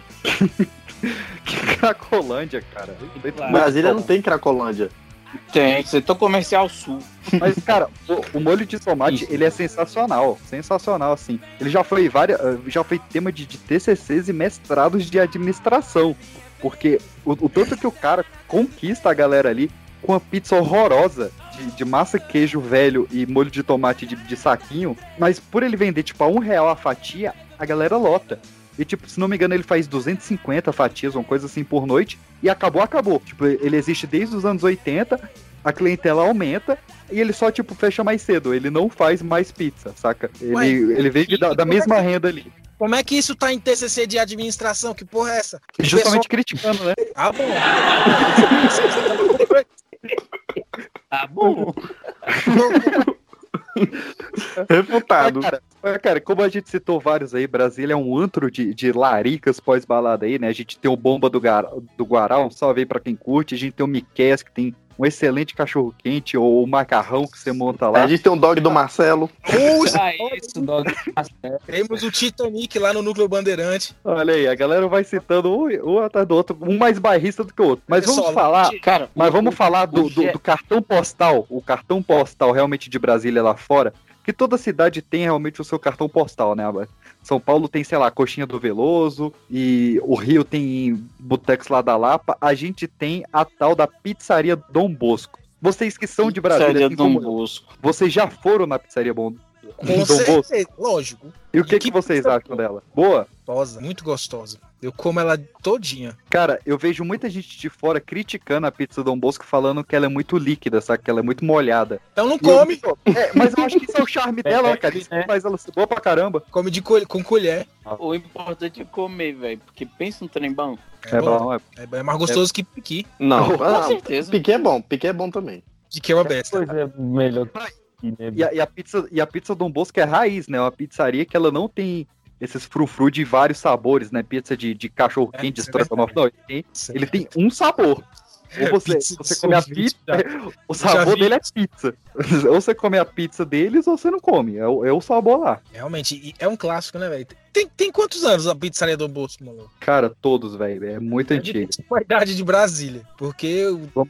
Que Cracolândia, cara. Brasília não tem Cracolândia. Tem, setor comercial sul. Mas, cara, o molho de tomate, ele é sensacional. Sensacional, assim. Ele já foi tema de TCCs e mestrados de administração. Porque o tanto que o cara conquista a galera ali com uma pizza horrorosa de massa, queijo velho e molho de tomate de saquinho. Mas por ele vender, tipo, a R$1 a fatia, a galera lota. E, tipo, se não me engano, ele faz 250 fatias, uma coisa assim, por noite. E acabou. Tipo, ele existe desde os anos 80, a clientela aumenta, e ele só, tipo, fecha mais cedo. Ele não faz mais pizza, saca? Ele veio da mesma renda ali. Como é que isso tá em TCC de administração? Que porra é essa? Justamente criticando, né? Ah, bom. Tá bom. Refutado. Cara, como a gente citou vários aí, Brasília é um antro de laricas pós-balada aí, né? A gente tem o Bomba do Guará, um salve aí pra quem curte. A gente tem o Miqueias, que tem um excelente cachorro-quente, ou o macarrão que você monta lá. A gente tem um dog do Marcelo. Isso, dog. Temos o Titanic lá no Núcleo Bandeirante. Olha aí, a galera vai citando um atrás do outro, um mais bairrista do que o outro. Mas vamos Pessoal, falar... Cara, Vamos falar do cartão postal, o cartão postal realmente de Brasília lá fora, que toda cidade tem realmente o seu cartão postal, né? São Paulo tem, sei lá, a Coxinha do Veloso, e o Rio tem Botex lá da Lapa, a gente tem a tal da Pizzaria Dom Bosco. Vocês que são de Brasília, assim Dom como Bosco. vocês já foram na Pizzaria Dom Com Bosco? certeza, lógico. E o que vocês acham dela? Boa? gostosa, muito gostosa. Eu como ela todinha. Cara, eu vejo muita gente de fora criticando a pizza Dom Bosco, falando que ela é muito líquida, sabe? Que ela é muito molhada. Então não come. Mas eu acho que isso é o charme dela, cara. Isso faz ela ser boa pra caramba. Come com colher. O importante é comer, velho. Porque pensa no trem bom. É mais gostoso que piqui. Não, Com certeza. Piqui é bom também. Piqui é uma besta. Coisa é melhor que E a pizza Dom Bosco é raiz, né? É uma pizzaria que ela não tem esses frufru de vários sabores, né? Pizza de cachorro quente, de estrogonofe. Não, ele tem um sabor. Ou você come a pizza, o sabor dele é pizza. Ou você come a pizza deles ou você não come. É o sabor lá. Realmente, é um clássico, né, velho? Tem quantos anos a pizzaria Dom Bosco, maluco? Cara, todos, velho. É muito antigo. É a idade de Brasília. Porque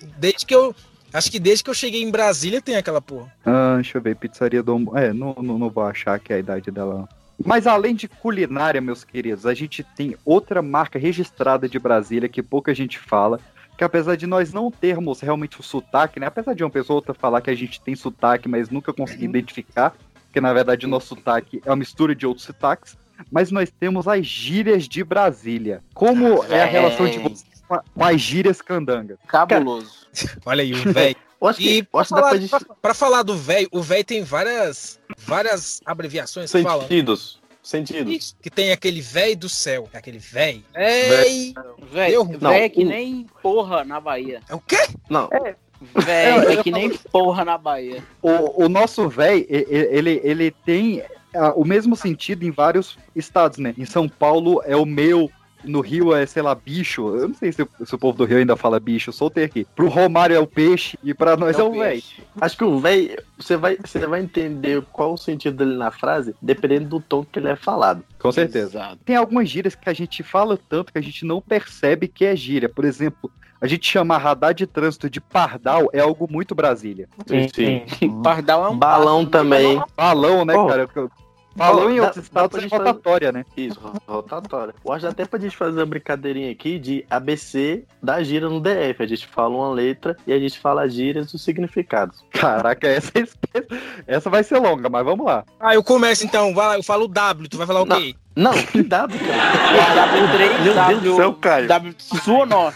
acho que desde que eu cheguei em Brasília tem aquela porra. Deixa eu ver, pizzaria Dom... não vou achar que é a idade dela. Mas além de culinária, meus queridos, a gente tem outra marca registrada de Brasília que pouca gente fala, que apesar de nós não termos realmente o sotaque, né? Apesar de uma pessoa ou outra falar que a gente tem sotaque, mas nunca consegui identificar, porque na verdade o nosso sotaque é uma mistura de outros sotaques, mas nós temos as gírias de Brasília. Como é a relação de vocês com as gírias candanga? Cabuloso. Olha aí, o velho. E pra falar do velho, o velho tem várias abreviações que falam. Sentidos. Isso, que tem aquele velho do céu. Aquele velho. Velho é que nem porra na Bahia. É o quê? Não. Velho é que nem porra na Bahia. O nosso velho, ele tem o mesmo sentido em vários estados, né? Em São Paulo é o meu. No Rio é, sei lá, bicho. Eu não sei se o povo do Rio ainda fala bicho, soltei aqui. Pro Romário é o peixe e pra nós é o velho. Acho que o velho, você vai entender qual o sentido dele na frase, dependendo do tom que ele é falado. Com certeza. Exato. Tem algumas gírias que a gente fala tanto que a gente não percebe que é gíria. Por exemplo, a gente chama radar de trânsito de pardal, é algo muito Brasília. Sim. Pardal é um balão também. Balão, né, cara? Balão em outros estados é rotatória, né? Isso, rotatória. Eu acho até pra gente fazer uma brincadeirinha aqui de ABC da gíria no DF. A gente fala uma letra e a gente fala as gírias dos significados. Caraca, essa vai ser longa, mas vamos lá. Eu começo então, vai lá, eu falo o W, tu vai falar o quê? Não, que W, cara? W3, Meu Deus do céu, Caio. W sul ou norte?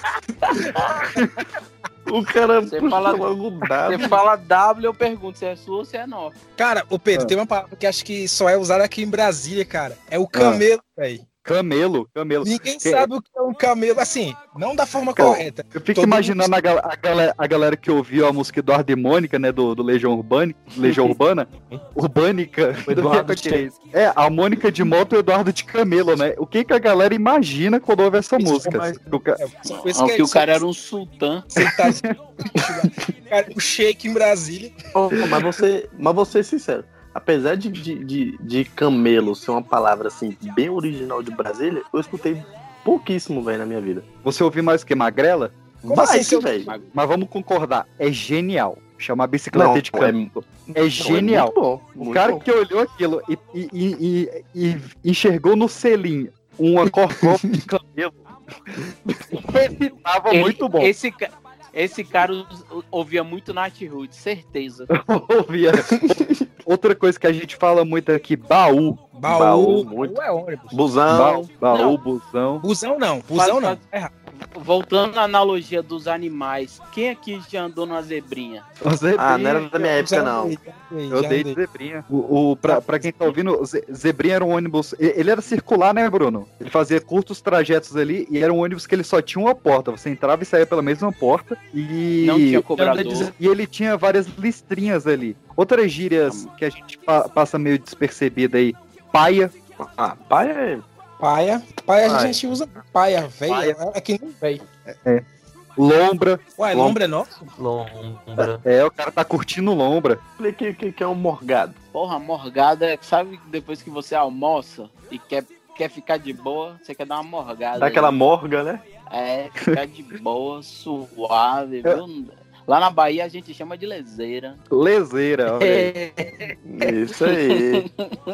O cara Você fala logo W. Você fala W, eu pergunto se é sul ou se é norte. Cara, ô Pedro, tem uma palavra que acho que só é usada aqui em Brasília, cara. É o camelo, velho. Camelo. Ninguém sabe o que é um camelo, assim, não da forma correta. Eu fico imaginando a galera que ouviu a música Eduardo e Mônica, né, do Legião Urbana, Urbânica, a Mônica de moto e o Eduardo de camelo, né? O que a galera imagina quando ouve essa música? Que o cara era um sultão. Cara, o shake em Brasília. Mas vou ser sincero. Apesar de camelo ser uma palavra assim bem original de Brasília, eu escutei pouquíssimo, velho, na minha vida. Você ouviu mais o que Magrela? Como assim, velho? Mas vamos concordar, é genial. Chamar bicicleta de camelo. É genial. Muito bom, o cara que olhou aquilo e enxergou no selim uma corcova de camelo, ele tava muito bom. Esse cara ouvia muito Nath Roots, certeza. Ouvia. Outra coisa que a gente fala muito aqui, baú. Baú muito. É ônibus. Busão. Baú, busão. Busão não. Voltando à analogia dos animais, quem aqui já andou numa zebrinha? Não era da minha época, não. Eu dei de zebrinha. Pra quem tá ouvindo, zebrinha era um ônibus. Ele era circular, né, Bruno? Ele fazia curtos trajetos ali e era um ônibus que ele só tinha uma porta. Você entrava e saía pela mesma porta e. Não tinha cobrador. E ele tinha várias listrinhas ali. Outras gírias que a gente passa meio despercebida aí. Paia. Paia é. Paia a gente usa paia, velho. É que nem velho. Lombra. Ué, lombra é nosso? Lombra. O cara tá curtindo lombra. Que é um morgado? Porra, morgada é, sabe, depois que você almoça e quer ficar de boa, você quer dar uma morgada. Dá aquela morga, né? Ficar de boa, suave, viu? Lá na Bahia a gente chama de leseira. Leseira, olha aí. Isso aí.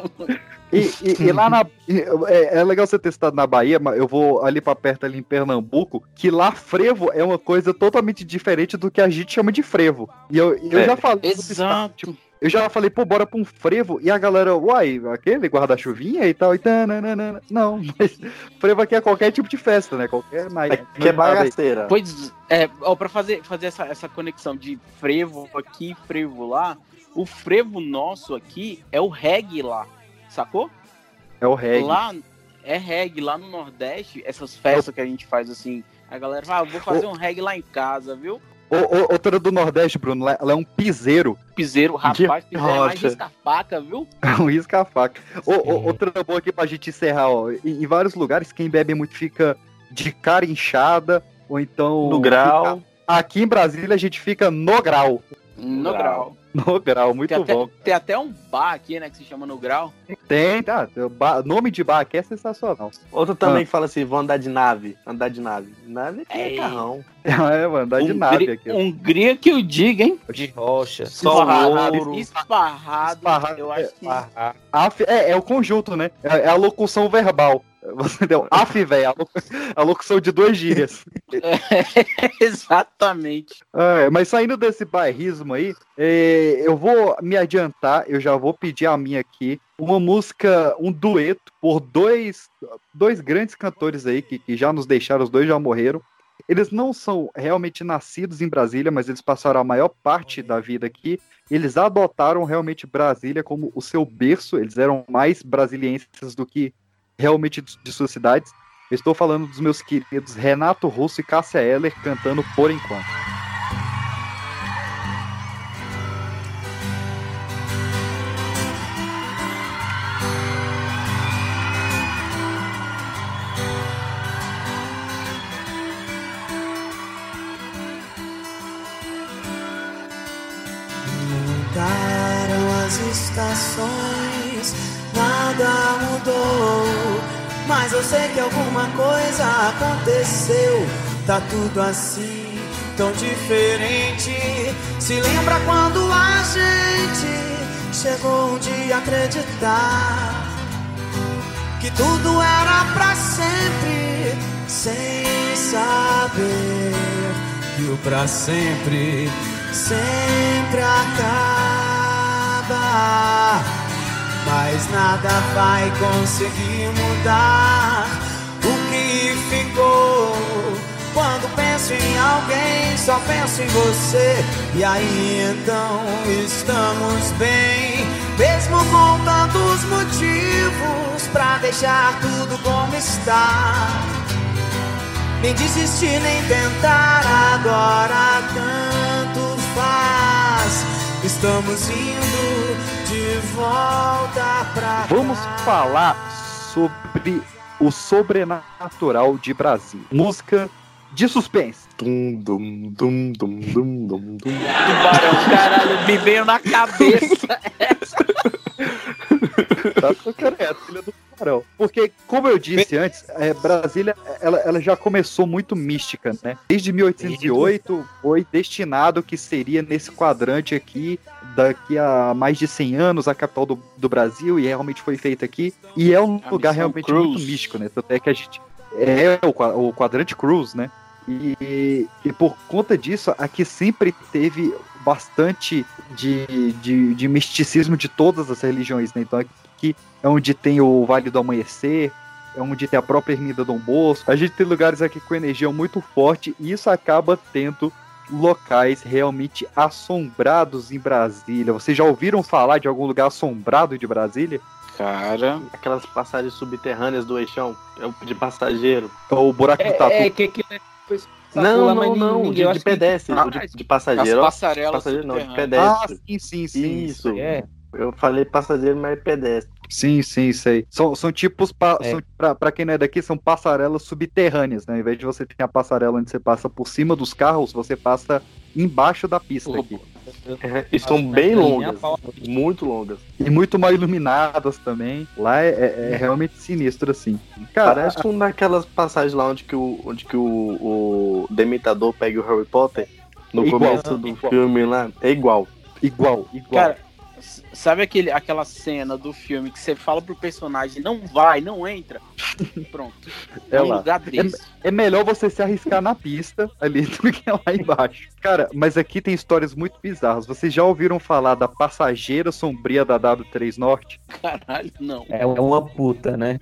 E lá na... É legal você ter estado na Bahia, mas eu vou ali pra perto, ali em Pernambuco, que lá frevo é uma coisa totalmente diferente do que a gente chama de frevo. E eu já falei... Exato. Eu já falei, pô, bora pra um frevo. E a galera, uai, aquele guarda-chuvinha e tal. E tananana. Não, mas frevo aqui é qualquer tipo de festa, né? Qualquer mais. Que é bagaceira. Pois pra fazer essa conexão de frevo aqui, frevo lá, o frevo nosso aqui é o reggae lá, sacou? É o reggae. Lá é reggae, lá no Nordeste, essas festas que a gente faz assim, a galera fala, eu vou fazer um reggae lá em casa, viu? Outra do Nordeste, Bruno, ela é um piseiro. Piseiro, rapaz, piseiro é mais risca-faca, viu? Um risca-faca. Outra boa aqui pra gente encerrar, ó. Em vários lugares, quem bebe muito fica de cara inchada, ou então... No grau. Aqui em Brasília, a gente fica no grau. No grau. No grau, muito bom. Tem até um bar aqui, né, que se chama No Grau. Tem, tá. Nome de bar aqui é sensacional. Outro também fala assim, vou andar de nave. Andar de nave. Nave é carrão. É, mano, andar de nave aqui. Hungria que eu diga, hein? De rocha. Só ouro. Esparrado, eu acho que... É o conjunto, né? É a locução verbal. Você deu af, velho, a locução de 2 dias. Exatamente. Mas saindo desse bairrismo aí, eu vou me adiantar, eu já vou pedir a minha aqui, uma música, um dueto por dois grandes cantores aí que já nos deixaram, os dois já morreram. Eles não são realmente nascidos em Brasília, mas eles passaram a maior parte da vida aqui. Eles adotaram realmente Brasília como o seu berço, eles eram mais brasilienses do que realmente de suas cidades. Eu estou falando dos meus queridos Renato Russo e Cássia Eller cantando Por Enquanto. Mudaram as estações, nada mudou, mas eu sei que alguma coisa aconteceu. Tá tudo assim, tão diferente. Se lembra quando a gente chegou um dia a acreditar que tudo era pra sempre, sem saber que o pra sempre sempre acaba. Mas nada vai conseguir mudar o que ficou. Quando penso em alguém, só penso em você. E aí então estamos bem, mesmo com tantos motivos pra deixar tudo como está. Nem desistir, nem tentar, agora tanto faz. Estamos indo de volta pra Vamos falar sobre o sobrenatural de Brasília. Música de suspense. Tubarão, caralho, me veio na cabeça essa. Tá tocando essa, filha do tubarão. Porque, como eu disse antes, Brasília, ela já começou muito mística, né? Desde 1808 foi destinado que seria nesse quadrante aqui, daqui a mais de 100 anos, a capital do Brasil, e realmente foi feita aqui. E é um lugar realmente muito místico, né? Tanto é que a gente... É o quadrante Cruz, né? E por conta disso, aqui sempre teve bastante de misticismo de todas as religiões, né? Então aqui é onde tem o Vale do Amanhecer, é onde tem a própria Ermida Dom Bosco. A gente tem lugares aqui com energia muito forte e isso acaba tendo locais realmente assombrados em Brasília. Vocês já ouviram falar de algum lugar assombrado de Brasília? Cara, aquelas passagens subterrâneas do Eixão, de passageiro. O buraco do Tatu. Não, de pedestre, de passageiro. As passarelas passageiro não, de pedestre. Sim. Isso. Eu falei passageiro, mas é pedestre. Sim, sei. São tipos, pra quem não é daqui, são passarelas subterrâneas, né? Ao invés de você ter a passarela onde você passa por cima dos carros, você passa embaixo da pista aqui. E são bem longas, muito longas. E muito mal iluminadas também. Lá é realmente sinistro, assim. Cara, parece uma daquelas passagens lá onde que o Dementador pega o Harry Potter no começo do filme lá. É igual. Cara, Sabe aquela cena do filme que você fala pro personagem, não vai, não entra? Pronto. É um lugar desse. É melhor você se arriscar na pista ali do que lá embaixo. Cara, mas aqui tem histórias muito bizarras. Vocês já ouviram falar da passageira sombria da W3 Norte? Caralho, não. É uma puta, né?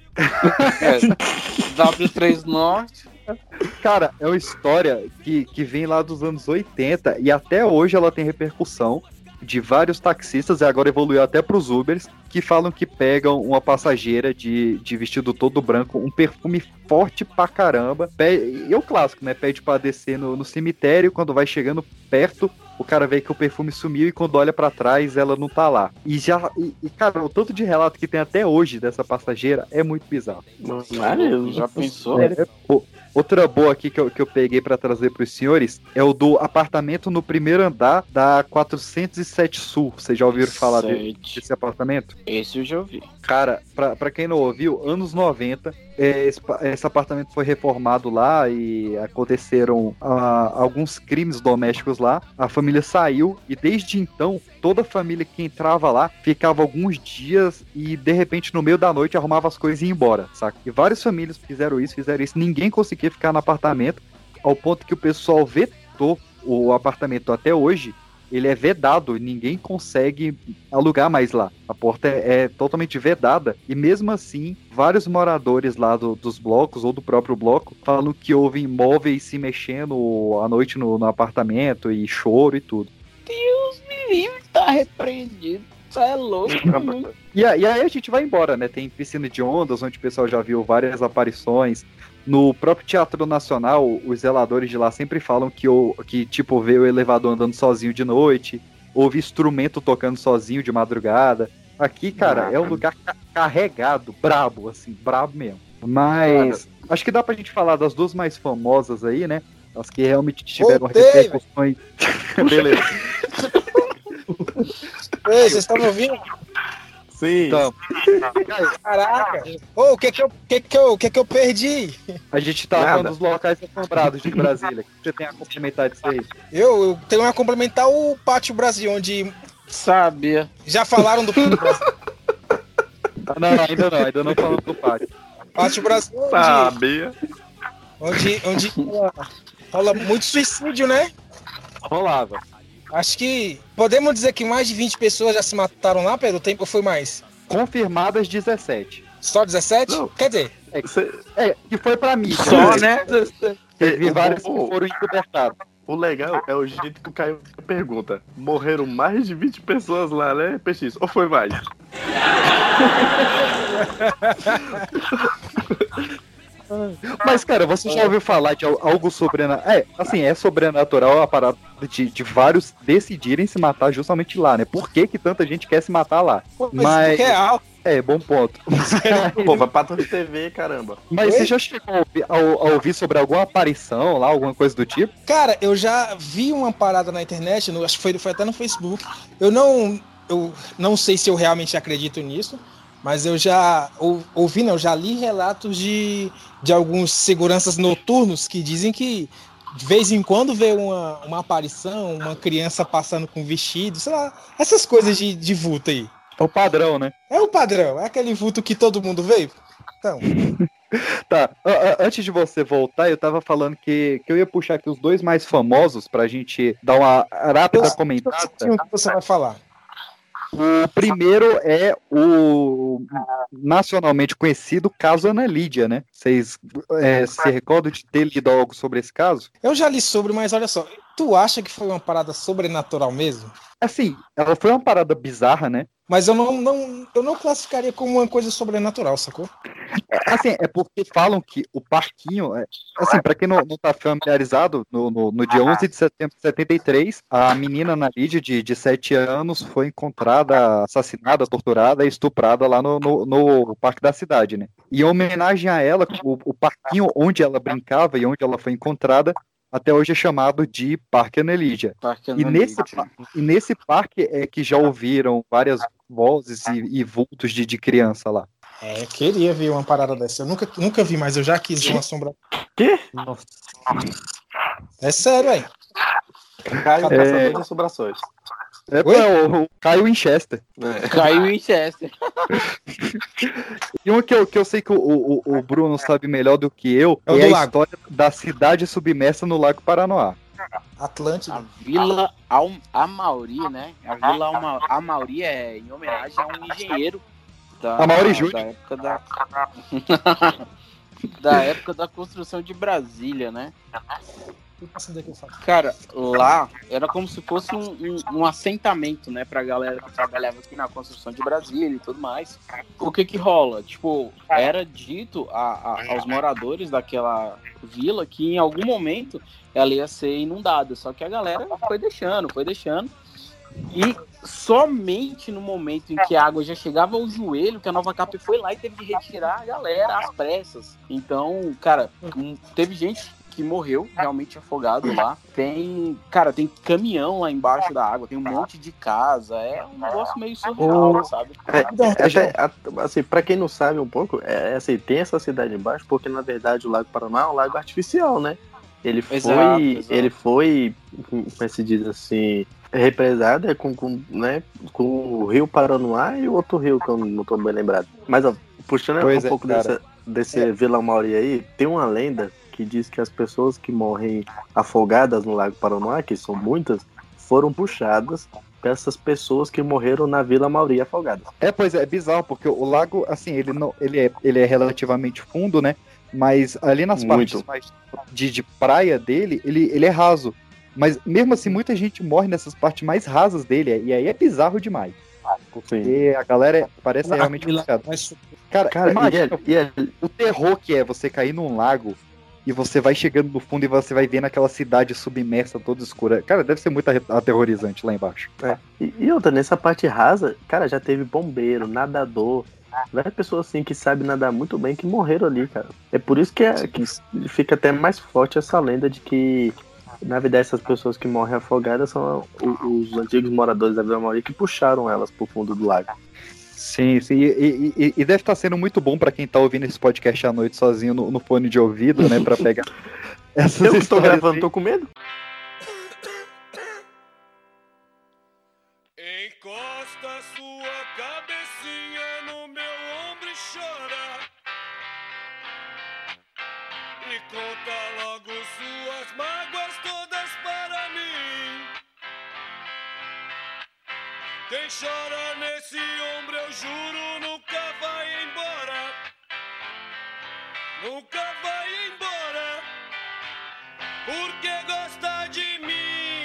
W3 Norte. Cara, é uma história que vem lá dos anos 80 e até hoje ela tem repercussão de vários taxistas, e agora evoluiu até pros Ubers, que falam que pegam uma passageira de vestido todo branco, um perfume forte pra caramba, e o clássico, né, pede pra descer no cemitério, quando vai chegando perto, o cara vê que o perfume sumiu e quando olha pra trás, ela não tá lá. E cara, o tanto de relato que tem até hoje dessa passageira é muito bizarro. Já pensou? Outra boa aqui que eu peguei pra trazer pros senhores é o do apartamento no primeiro andar da 407 Sul. Vocês já ouviram falar desse apartamento? Esse eu já ouvi. Cara, pra quem não ouviu, anos 90, esse apartamento foi reformado lá e aconteceram alguns crimes domésticos lá. A família saiu e desde então, toda a família que entrava lá ficava alguns dias e de repente no meio da noite arrumava as coisas e ia embora, saca? E várias famílias fizeram isso, ninguém conseguia ficar no apartamento, ao ponto que o pessoal vetou o apartamento até hoje. Ele é vedado, ninguém consegue alugar mais lá. A porta é totalmente vedada. E mesmo assim, vários moradores lá dos blocos, ou do próprio bloco, falam que ouvem móveis se mexendo à noite no apartamento, e choro e tudo. Deus me livre, tá repreendido. Isso é louco. E aí a gente vai embora, né? Tem piscina de ondas, onde o pessoal já viu várias aparições. No próprio Teatro Nacional, os zeladores de lá sempre falam que tipo, vê o elevador andando sozinho de noite, ouve instrumento tocando sozinho de madrugada. Aqui, cara, é um lugar carregado, brabo, assim, brabo mesmo. Mas acho que dá pra gente falar das duas mais famosas aí, né? As que realmente tiveram repercussões. Beleza. Ei, vocês estão me ouvindo? Sim. Então, Caraca! Ô, o que que eu perdi? a gente tá falando dos locais assombrados de Brasília. O que você tem a complementar disso aí? Eu tenho a complementar o Pátio Brasil, onde Sabia. já falaram do Pátio Brasil. Não, ainda não falando do pátio. Pátio Brasil, Sabia. onde rola muito suicídio, né? Rolava. Acho que podemos dizer que mais de 20 pessoas já se mataram lá, Pedro? Tempo ou foi mais? Confirmadas 17. Só 17? Não. Quer dizer, Que foi pra mídia. Só, né? Teve vários que foram encobertados. O legal é o jeito que o Caio pergunta. Morreram mais de 20 pessoas lá, né, PX? Ou foi mais? Mas, cara, você já ouviu falar de algo sobrenatural? É sobrenatural a parada de vários decidirem se matar justamente lá, né? Por que tanta gente quer se matar lá? Mas real. bom ponto. Pô, vai pra Torre TV, caramba. Mas você já chegou a ouvir sobre alguma aparição lá, alguma coisa do tipo? Cara, eu já vi uma parada na internet, acho que foi até no Facebook. Eu não sei se eu realmente acredito nisso, mas eu já já li relatos de alguns seguranças noturnos que dizem que de vez em quando vê uma aparição, uma criança passando com vestido, sei lá, essas coisas de vulto aí. É o padrão, né? É o padrão, é aquele vulto que todo mundo vê. Então. Tá, antes de você voltar, eu tava falando que eu ia puxar aqui os dois mais famosos pra gente dar uma rápida comentada. O que você vai falar? O primeiro é o nacionalmente conhecido caso Ana Lídia, né? Vocês se recordam de ter lido algo sobre esse caso? Eu já li sobre, mas olha só, tu acha que foi uma parada sobrenatural mesmo? Assim, ela foi uma parada bizarra, né? Mas eu não classificaria como uma coisa sobrenatural, sacou? Assim, é porque falam que o parquinho... assim, pra quem não tá familiarizado, no dia 11 de setembro de 73, a menina Ana Lídia, de 7 anos, foi encontrada, assassinada, torturada e estuprada lá no parque da cidade, né? E em homenagem a ela, o parquinho onde ela brincava e onde ela foi encontrada, até hoje é chamado de Parque Ana Lídia. E nesse parque é que já ouviram várias vozes e vultos de criança lá. Eu queria ver uma parada dessa. Eu nunca vi, mas eu já quis ver uma sombra. Quê? Nossa. É sério, aí. Caio caçador de assombrações. O Caio Winchester. Caiu em Chester. E uma que eu sei que o Bruno sabe melhor do que eu É o é do a lago. história da cidade submersa no Lago Paranoá. Atlântida. A Vila Amauri, né? A Vila Amauri é em homenagem a um engenheiro Amaury Júnior. da época da época da construção de Brasília, né? Cara, lá era como se fosse um assentamento, né, pra galera que trabalhava aqui na construção de Brasília e tudo mais. O que rola? Tipo, era dito aos moradores daquela vila que em algum momento ela ia ser inundada, só que a galera foi deixando. E somente no momento em que a água já chegava ao joelho, que a Nova Cap foi lá e teve que retirar a galera às pressas. Então, cara, teve gente que morreu realmente afogado lá. Tem caminhão lá embaixo da água, tem um monte de casa. É um negócio meio surreal, sabe? Assim, pra quem não sabe um pouco, assim, tem essa cidade embaixo, porque na verdade o Lago Paraná é um lago artificial, né? Ele foi, como se diz assim, represado com o Rio Paranoá e o outro rio que eu não tô bem lembrado. Mas, ó, puxando um pouco desse Vila Amauri aí, tem uma lenda que diz que as pessoas que morrem afogadas no Lago Paranoá, que são muitas, foram puxadas para essas pessoas que morreram na Vila Amauri afogadas. Pois é bizarro, porque o lago, assim, ele é relativamente fundo, né? Mas ali nas partes mais de praia dele, ele é raso. Mas mesmo assim, muita gente morre nessas partes mais rasas dele, e aí é bizarro demais. Porque a galera parece realmente puxada. Cara, imagina o terror que é você cair num lago e você vai chegando no fundo e você vai vendo aquela cidade submersa toda escura. Cara, deve ser muito aterrorizante lá embaixo. E outra, nessa parte rasa, cara, já teve bombeiro, nadador, várias pessoas assim que sabem nadar muito bem que morreram ali, cara. É por isso que fica até mais forte essa lenda de que, na verdade, essas pessoas que morrem afogadas são os antigos moradores da Vila Amauri que puxaram elas pro fundo do lago. Sim. E deve estar sendo muito bom pra quem tá ouvindo esse podcast à noite sozinho no fone de ouvido, né? Pra pegar essas Eu que tô histórias. gravando, tô com medo. Encosta sua cabecinha no meu ombro e chora. E conta logo suas mágoas todas para mim. Quem chora nesse ombro, eu juro, nunca vai embora. Nunca vai embora. Porque gosta de mim.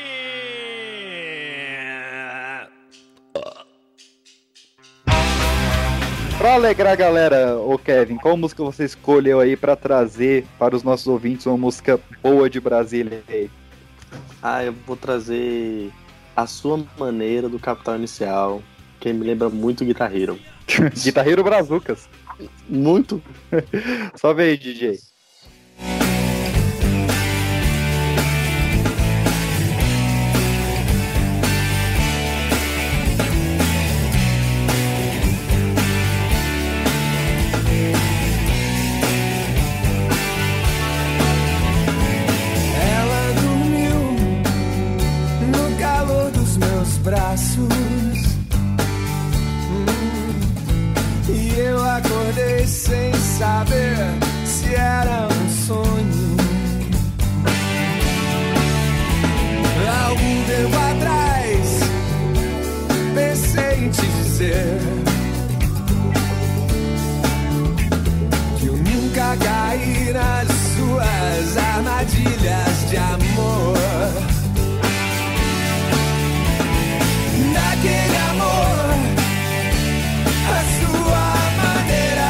Pra alegrar a galera, ô Kevin, qual música você escolheu aí pra trazer para os nossos ouvintes uma música boa de Brasília aí? Eu vou trazer A Sua Maneira, do Capital Inicial, que me lembra muito Guitar Hero. Guitar Hero Brazucas. Muito. Sobe aí, DJ. Ela dormiu no calor dos meus braços. E eu acordei sem saber se era um sonho. Algum tempo atrás pensei em te dizer que eu nunca caí nas suas armadilhas de amor. Daquele amor, a sua maneira,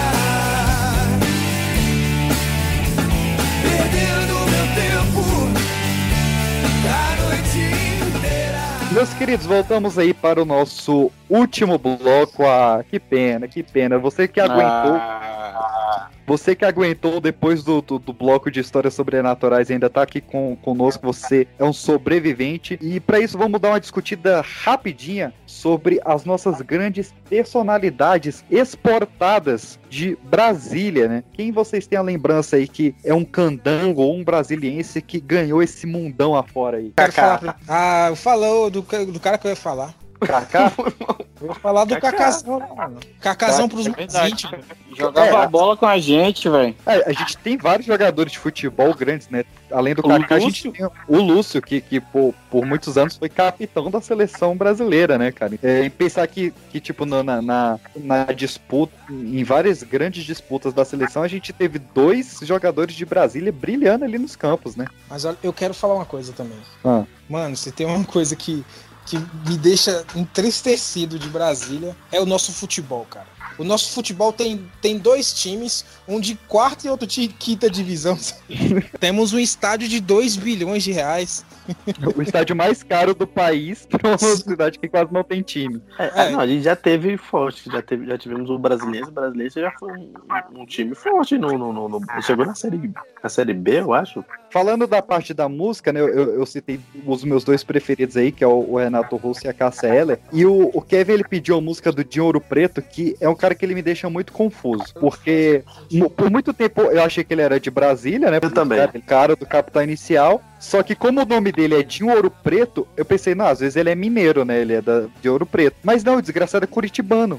perdendo meu tempo a noite inteira. Meus queridos, voltamos aí para o nosso último bloco. Que pena. Você que aguentou. Você que aguentou depois do bloco de histórias sobrenaturais e ainda tá aqui conosco, você é um sobrevivente. E para isso vamos dar uma discutida rapidinha sobre as nossas grandes personalidades exportadas de Brasília, né? Quem vocês têm a lembrança aí que é um candango ou um brasiliense que ganhou esse mundão afora aí? Quero falar. Falou do cara que eu ia falar. Kaká? Eu vou falar do Cacazão, mano. Cacazão pros mais íntimos. Jogava bola com a gente, velho. A gente tem vários jogadores de futebol grandes, né? Além do Kaká, a gente tem o Lúcio, que por muitos anos foi capitão da seleção brasileira, né, cara? E pensar que tipo, na disputa, em várias grandes disputas da seleção, a gente teve 2 jogadores de Brasília brilhando ali nos campos, né? Mas olha, eu quero falar uma coisa também. Ah. Mano, se tem uma coisa que me deixa entristecido de Brasília, é o nosso futebol, cara. O nosso futebol tem 2 times, um de 4ª e outro de 5ª divisão. Temos um estádio de 2 bilhões de reais. O estádio mais caro do país, para uma cidade que quase não tem time. Não, a gente já teve forte, já tivemos o Brasiliense. O Brasiliense já foi um time forte. Chegou na série B, eu acho. Falando da parte da música, né, eu citei os meus 2 preferidos aí, que é o Renato Russo e a Cássia Eller. E o Kevin, ele pediu a música do Dinho Ouro Preto, que é um cara que ele me deixa muito confuso. Porque por muito tempo eu achei que ele era de Brasília, né? Eu também. Cara do Capital Inicial. Só que como o nome dele é Dinho Ouro Preto, eu pensei, não, às vezes ele é mineiro, né? Ele é de Ouro Preto. Mas não, o desgraçado é curitibano.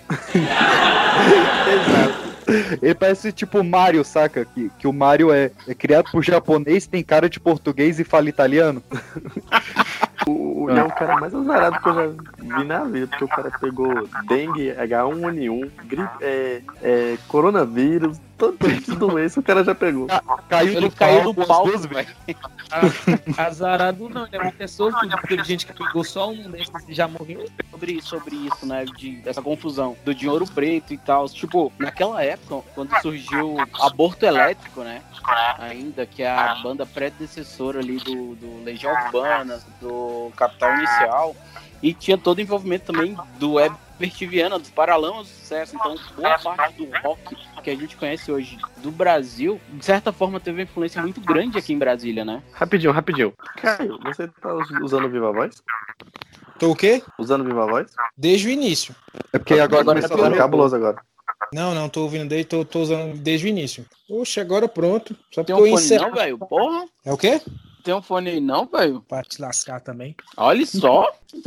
Exato. Ele parece tipo o Mario, saca? Que o Mario é criado por japonês, tem cara de português e fala italiano. Ele é o cara mais azarado que eu já vi na vida, porque o cara pegou dengue, H1N1, gripe, coronavírus, todo tipo de doença o cara já pegou. Ele caiu do palco, velho. Azarado não, ele é uma pessoa que teve gente que pegou só um desses e já morreu. Sobre isso, né, dessa confusão do Dinho Ouro Preto e tal. Tipo, naquela época, quando surgiu Aborto Elétrico, né, ainda, que é a banda predecessora ali do Legião Urbana, do Capital Inicial, e tinha todo o envolvimento também do Herbert Viana, dos Paralamas do Sucesso. Então, boa parte do rock que a gente conhece hoje do Brasil, de certa forma, teve uma influência muito grande aqui em Brasília, né? Rapidinho. Caio, você tá usando Viva Voz? Tô o quê? Usando Viva Voz? Desde o início. É porque agora tá cabuloso agora. Não, tô ouvindo desde, tô usando desde o início. Oxe, agora pronto. Só tem um fone não, velho? Porra. É o quê? Tem um fone aí não, velho? Pra te lascar também. Olha só.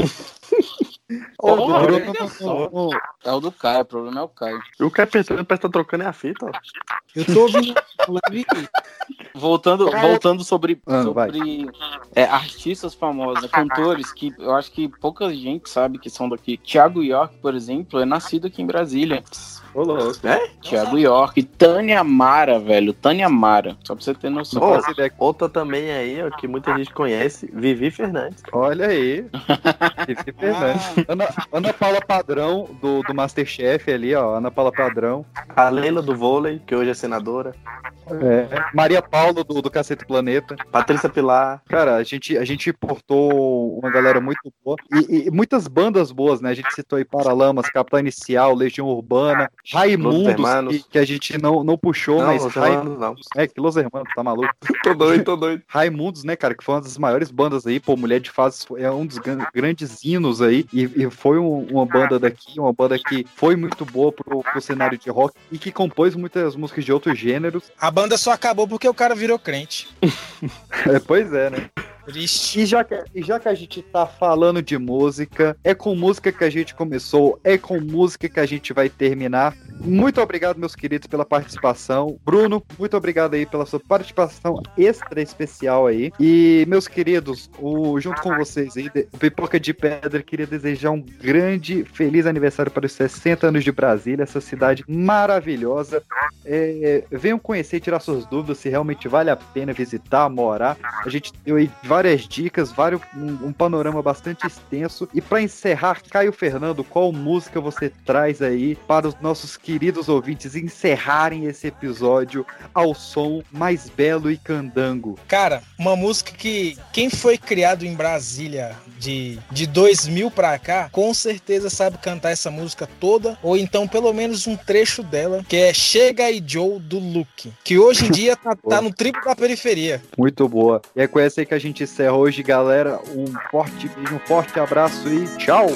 Bruno, é o do Caio, o problema é o Caio. E o Caio parece que tá trocando a fita, ó. Eu tô ouvindo. Voltando sobre artistas famosos, né, cantores que eu acho que pouca gente sabe que são daqui. Thiago York, por exemplo, é nascido aqui em Brasília. Thiago York, Tânia Mara, velho. Tânia Mara, só pra você ter noção. Outra também aí, ó, que muita gente conhece, Vivi Fernandes. Olha aí. Vivi Fernandes. Ana Paula Padrão, do Masterchef ali, ó. Ana Paula Padrão. A Leila do vôlei, que hoje é senadora. Maria Paula, do Cacete Planeta. Patrícia Pilar. Cara, a gente importou uma galera muito boa. E muitas bandas boas, né? A gente citou aí Paralamas, Capital Inicial, Legião Urbana, Raimundos, que a gente não puxou, não, mas Raimundos não. Que Los Hermanos, tá maluco? Tô doido. Raimundos, né, cara, que foi uma das maiores bandas aí, pô, Mulher de Fases é um dos grandes hinos aí, e foi uma banda daqui, uma banda que foi muito boa pro cenário de rock e que compôs muitas músicas de outros gêneros. A banda só acabou porque o cara virou crente. Pois é, né? Triste. E já que a gente tá falando de música, é com música que a gente começou, é com música que a gente vai terminar. Muito obrigado, meus queridos, pela participação. Bruno, muito obrigado aí pela sua participação extra especial aí. E, meus queridos, junto com vocês aí, o Pipoca de Pedra queria desejar um grande, feliz aniversário para os 60 anos de Brasília, essa cidade maravilhosa. Venham conhecer e tirar suas dúvidas se realmente vale a pena visitar, morar. A gente deu aí várias dicas, um panorama bastante extenso. E para encerrar, Caio Fernando, qual música você traz aí para os nossos queridos ouvintes encerrarem esse episódio ao som mais belo e candango? Cara, uma música que quem foi criado em Brasília de 2000 pra cá, com certeza sabe cantar essa música toda, ou então pelo menos um trecho dela, que é Chega aí Joe, do Luke, que hoje em dia tá no triplo da periferia. Muito boa. E é com essa aí que a gente encerra hoje, galera. Um forte beijo, um forte abraço e tchau!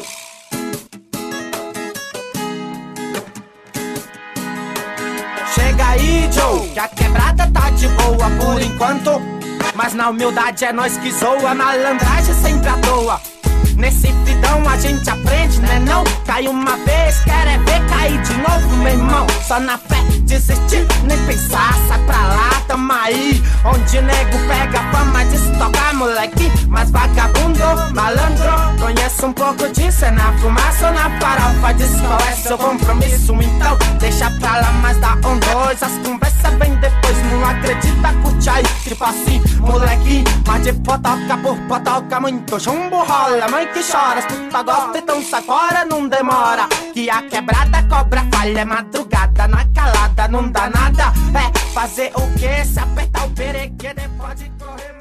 Chega aí, Joe, que a quebrada tá de boa por enquanto. Mas na humildade é nós que zoa, malandragem sempre à toa. Nesse fridão a gente aprende, né não? Cai uma vez, quer é ver cair de novo, meu irmão. Só na fé, desistir, nem pensar, sai pra lá, tamo aí. Onde nego pega fama de se tocar, moleque. Mas vagabundo, malandro, conheço um pouco disso. É na fumaça ou na farofa, diz qual é seu compromisso. Então deixa pra lá, mas dá dois. As conversas vem depois, não acredita, curte aí. Tipo assim, moleque, mas de potoca por potoca, muito chumbo rola. Mãe que chora, as puta gosta, então sai fora, não demora. Que a quebrada cobra falha, é madrugada, na calada, não dá nada. É fazer o que? Se apertar o perequê, pode correr.